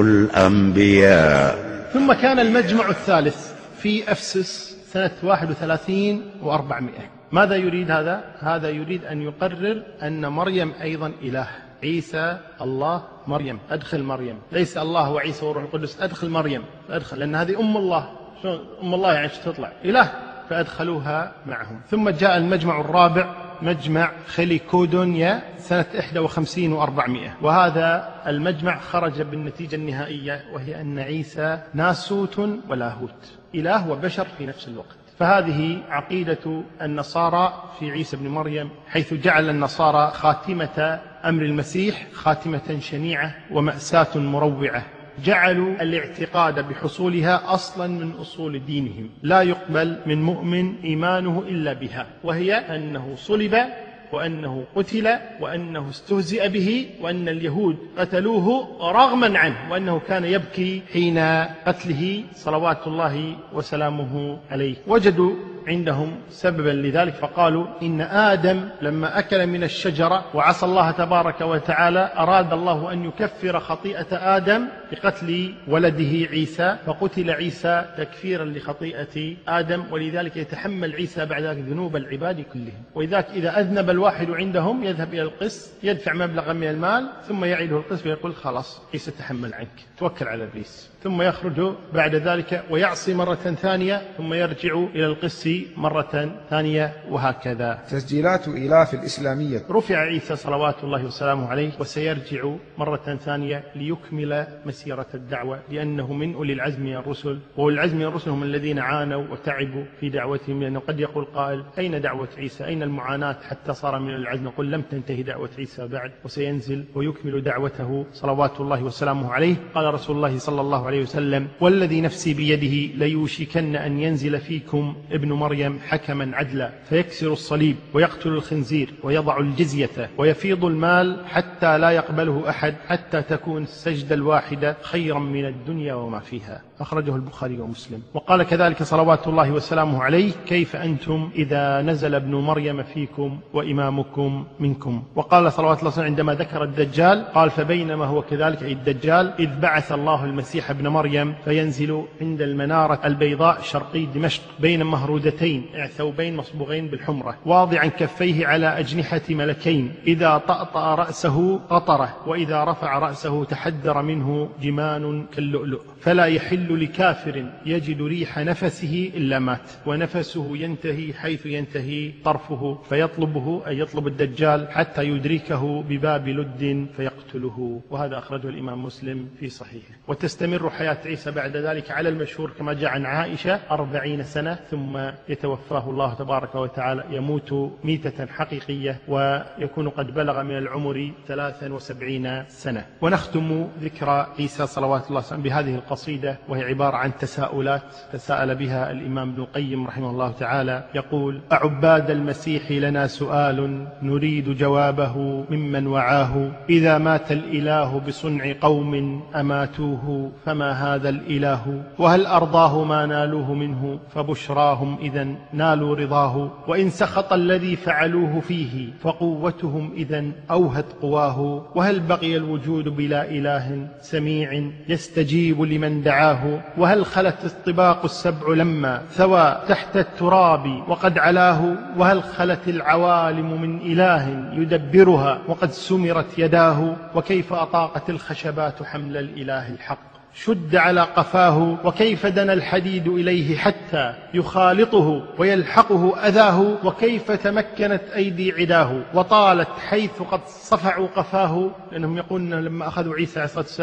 الأنبياء. ثم كان المجمع الثالث في أفسس سنة واحد وثلاثين وأربعمائة. ماذا يريد هذا؟ هذا يريد أن يقرر أن مريم أيضا إله، عيسى الله، مريم أدخل مريم، ليس الله وعيسى والروح القدس، أدخل مريم، أدخل، لأن هذه أم الله. شو أم الله يعني تطلع إله؟ فأدخلوها معهم. ثم جاء المجمع الرابع، مجمع خليكودونيا سنة إحدى وخمسين وأربعمائة، وهذا المجمع خرج بالنتيجة النهائية، وهي أن عيسى ناسوت ولاهوت، إله وبشر في نفس الوقت. فهذه عقيدة النصارى في عيسى بن مريم، حيث جعل النصارى خاتمة أمر المسيح خاتمة شنيعة ومأساة مروعة. جعلوا الاعتقاد بحصولها أصلا من أصول دينهم، لا يقبل من مؤمن إيمانه إلا بها، وهي أنه صلب وأنه قتل وأنه استهزئ به وأن اليهود قتلوه رغما عنه، وأنه كان يبكي حين قتله صلوات الله وسلامه عليه. وجدوا عندهم سببا لذلك، فقالوا إن آدم لما أكل من الشجرة وعصى الله تبارك وتعالى أراد الله أن يكفر خطيئة آدم بقتل ولده عيسى، فقتل عيسى تكفيرا لخطيئة آدم، ولذلك يتحمل عيسى بعد ذلك ذنوب العباد كلهم. ولذلك إذا أذنب الواحد عندهم يذهب إلى القس، يدفع مبلغا من المال، ثم يعيده القس ويقول خلاص عيسى تحمل عنك، توكل على إبليس. ثم يخرج بعد ذلك ويعصي مرة ثانية، ثم يرجع إلى القس مرة ثانية، وهكذا. تسجيلات إيلاف الإسلامية. رفع عيسى صلوات الله وسلامه عليه، وسيرجع مرة ثانية ليكمل مسيرة الدعوة، لأنه من أولي العزم من الرسل، وأولي العزم من الرسل هم الذين عانوا وتعبوا في دعوتهم. لأنه قد يقول قائل أين دعوة عيسى؟ أين المعاناة حتى صار من العزم؟ نقول لم تنتهي دعوة عيسى بعد، وسينزل ويكمل دعوته صلوات الله وسلامه عليه. قال رسول الله صلى الله عليه وسلم: والذي نفسي بيده ليوشكن أن ينزل فيكم ابن مريم حكما عدلا، فيكسر الصليب ويقتل الخنزير ويضع الجزية ويفيض المال حتى لا يقبله أحد، حتى تكون السجدة الواحدة خيرا من الدنيا وما فيها. أخرجه البخاري ومسلم. وقال كذلك صلوات الله وسلامه عليه: كيف أنتم إذا نزل ابن مريم فيكم وإمامكم منكم. وقال صلوات الله وسلامه عندما ذكر الدجال قال: فبينما هو كذلك أي الدجال إذ بعث الله المسيح ابن مريم فينزل عند المنارة البيضاء شرقي دمشق بين مهرودتين ثوبين مصبوغين بالحمرة، واضعا كفيه على أجنحة ملكين، إذا طأطأ رأسه قطره، وإذا رفع رأسه تحدر منه جمان كاللؤلؤ، فلا يحل لكافر يجد ريح نفسه إلا مات، ونفسه ينتهي حيث ينتهي طرفه، فيطلبه أي يطلب الدجال حتى يدركه بباب لد فيقتله. وهذا أخرجه الإمام مسلم في صحيحه. وتستمر حياة عيسى بعد ذلك على المشهور كما جاء عن عائشة أربعين سنة، ثم يتوفاه الله تبارك وتعالى، يموت ميتة حقيقية، ويكون قد بلغ من العمر ثلاثا وسبعين سنة. ونختم ذكر عيسى صلوات الله وسلامه بهذه القصيدة، وهي عبارة عن تساؤلات تساءل بها الإمام ابن القيم رحمه الله تعالى. يقول: أعباد المسيح لنا سؤال نريد جوابه ممن وعاه، إذا مات الإله بصنع قوم أماتوه فما هذا الإله، وهل أرضاه ما نالوه منه فبشراهم إذا نالوا رضاه، وإن سخط الذي فعلوه فيه فقوتهم إذا أوهت قواه، وهل بقي الوجود بلا إله سميع يستجيب لمن دعاه، وهل خلت الطباق السبع لما ثوى تحت التراب وقد علاه، وهل خلت العوالم من إله يدبرها وقد سمرت يداه، وكيف أطاقت الخشبات حمل الإله الحق شد على قفاه، وكيف دنا الحديد إليه حتى يخالطه ويلحقه أذاه، وكيف تمكنت أيدي عداه وطالت حيث قد صفعوا قفاه. لأنهم يقولون لما أخذوا عيسى عليه الصلاة والسلام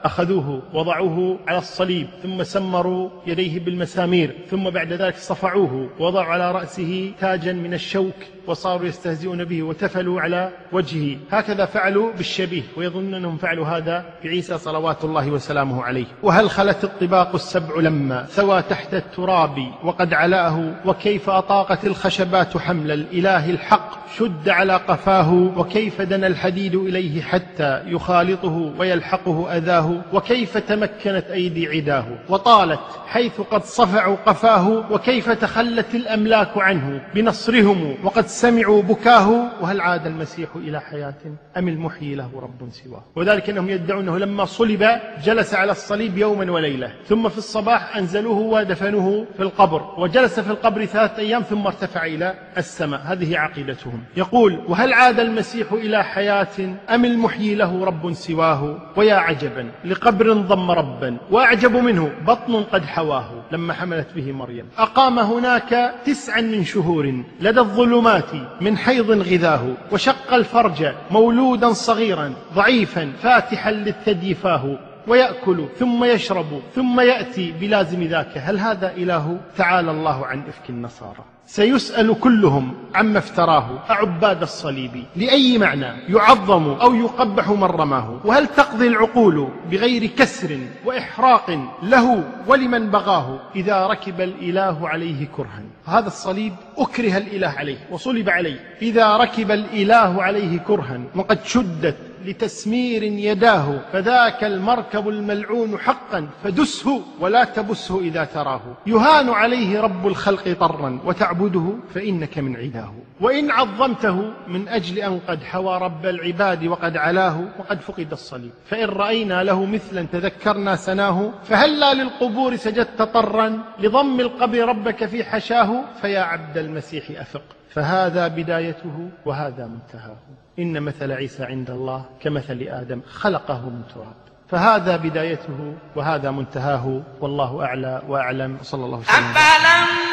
أخذوه وضعوه على الصليب، ثم سمروا يديه بالمسامير، ثم بعد ذلك صفعوه ووضعوا على رأسه تاجا من الشوك وصاروا يستهزئون به وتفلوا على وجهه. هكذا فعلوا بالشبيه، ويظنون أنهم فعلوا هذا بعيسى صلوات الله وسلامه عليه. وهل خلت الطباق السبع لما ثوى تحت التراب وقد علاه، وكيف أطاقت الخشبات حمل الإله الحق شد على قفاه، وكيف دنا الحديد إليه حتى يخالطه ويلحقه أذاه، وكيف تمكنت أيدي عداه وطالت حيث قد صفعوا قفاه، وكيف تخلت الأملاك عنه بنصرهم وقد سمعوا بكاه. وهل عاد المسيح إلى حياة أم المحيي له رب سواه؟ وذلك أنهم يدعون أنه لما صلب جلس على الصليب يوما وليلة، ثم في الصباح أنزلوه ودفنوه في القبر، وجلس في القبر ثلاثة أيام ثم ارتفع إلى السماء. هذه عقيدتهم. يقول: وهل عاد المسيح إلى حياة أم المحيي له رب سواه؟ ويا عجبا لقبر ضم ربا، وأعجب منه بطن قد حواه لما حملت به مريم. أقام هناك تسعا من شهور لدى الظلمات من حيض غذاه، وشق الفرج مولودا صغيرا ضعيفا فاتحا للثدي فاه، ويأكل ثم يشرب ثم يأتي بلازم ذاك. هل هذا إله؟ تعالى الله عن إفك النصارى. سيسأل كلهم عما افتراه أعباد الصليب، لأي معنى يعظم أو يقبح من رماه؟ وهل تقضي العقول بغير كسر وإحراق له ولمن بغاه، إذا ركب الإله عليه كرها؟ هذا الصليب أكره الإله عليه وصلب عليه. إذا ركب الإله عليه كرها وقد شدت لتسمير يداه، فذاك المركب الملعون حقا فدسه ولا تبسه إذا تراه. يهان عليه رب الخلق طرا وتعبده فإنك من عداه، وإن عظمته من أجل أن قد حوى رب العباد وقد علاه، وقد فقد الصليب. فإن رأينا له مثلا تذكرنا سناه، فهلا للقبور سجدت طرا لضم القبر ربك في حشاه. فيا عبد المسيح أفق، فهذا بدايته وهذا منتهاه. إن مثل عيسى عند الله كمثل آدم خلقه من تراب. فهذا بدايته وهذا منتهاه، والله أعلى وأعلم. صلى الله عليه وسلم.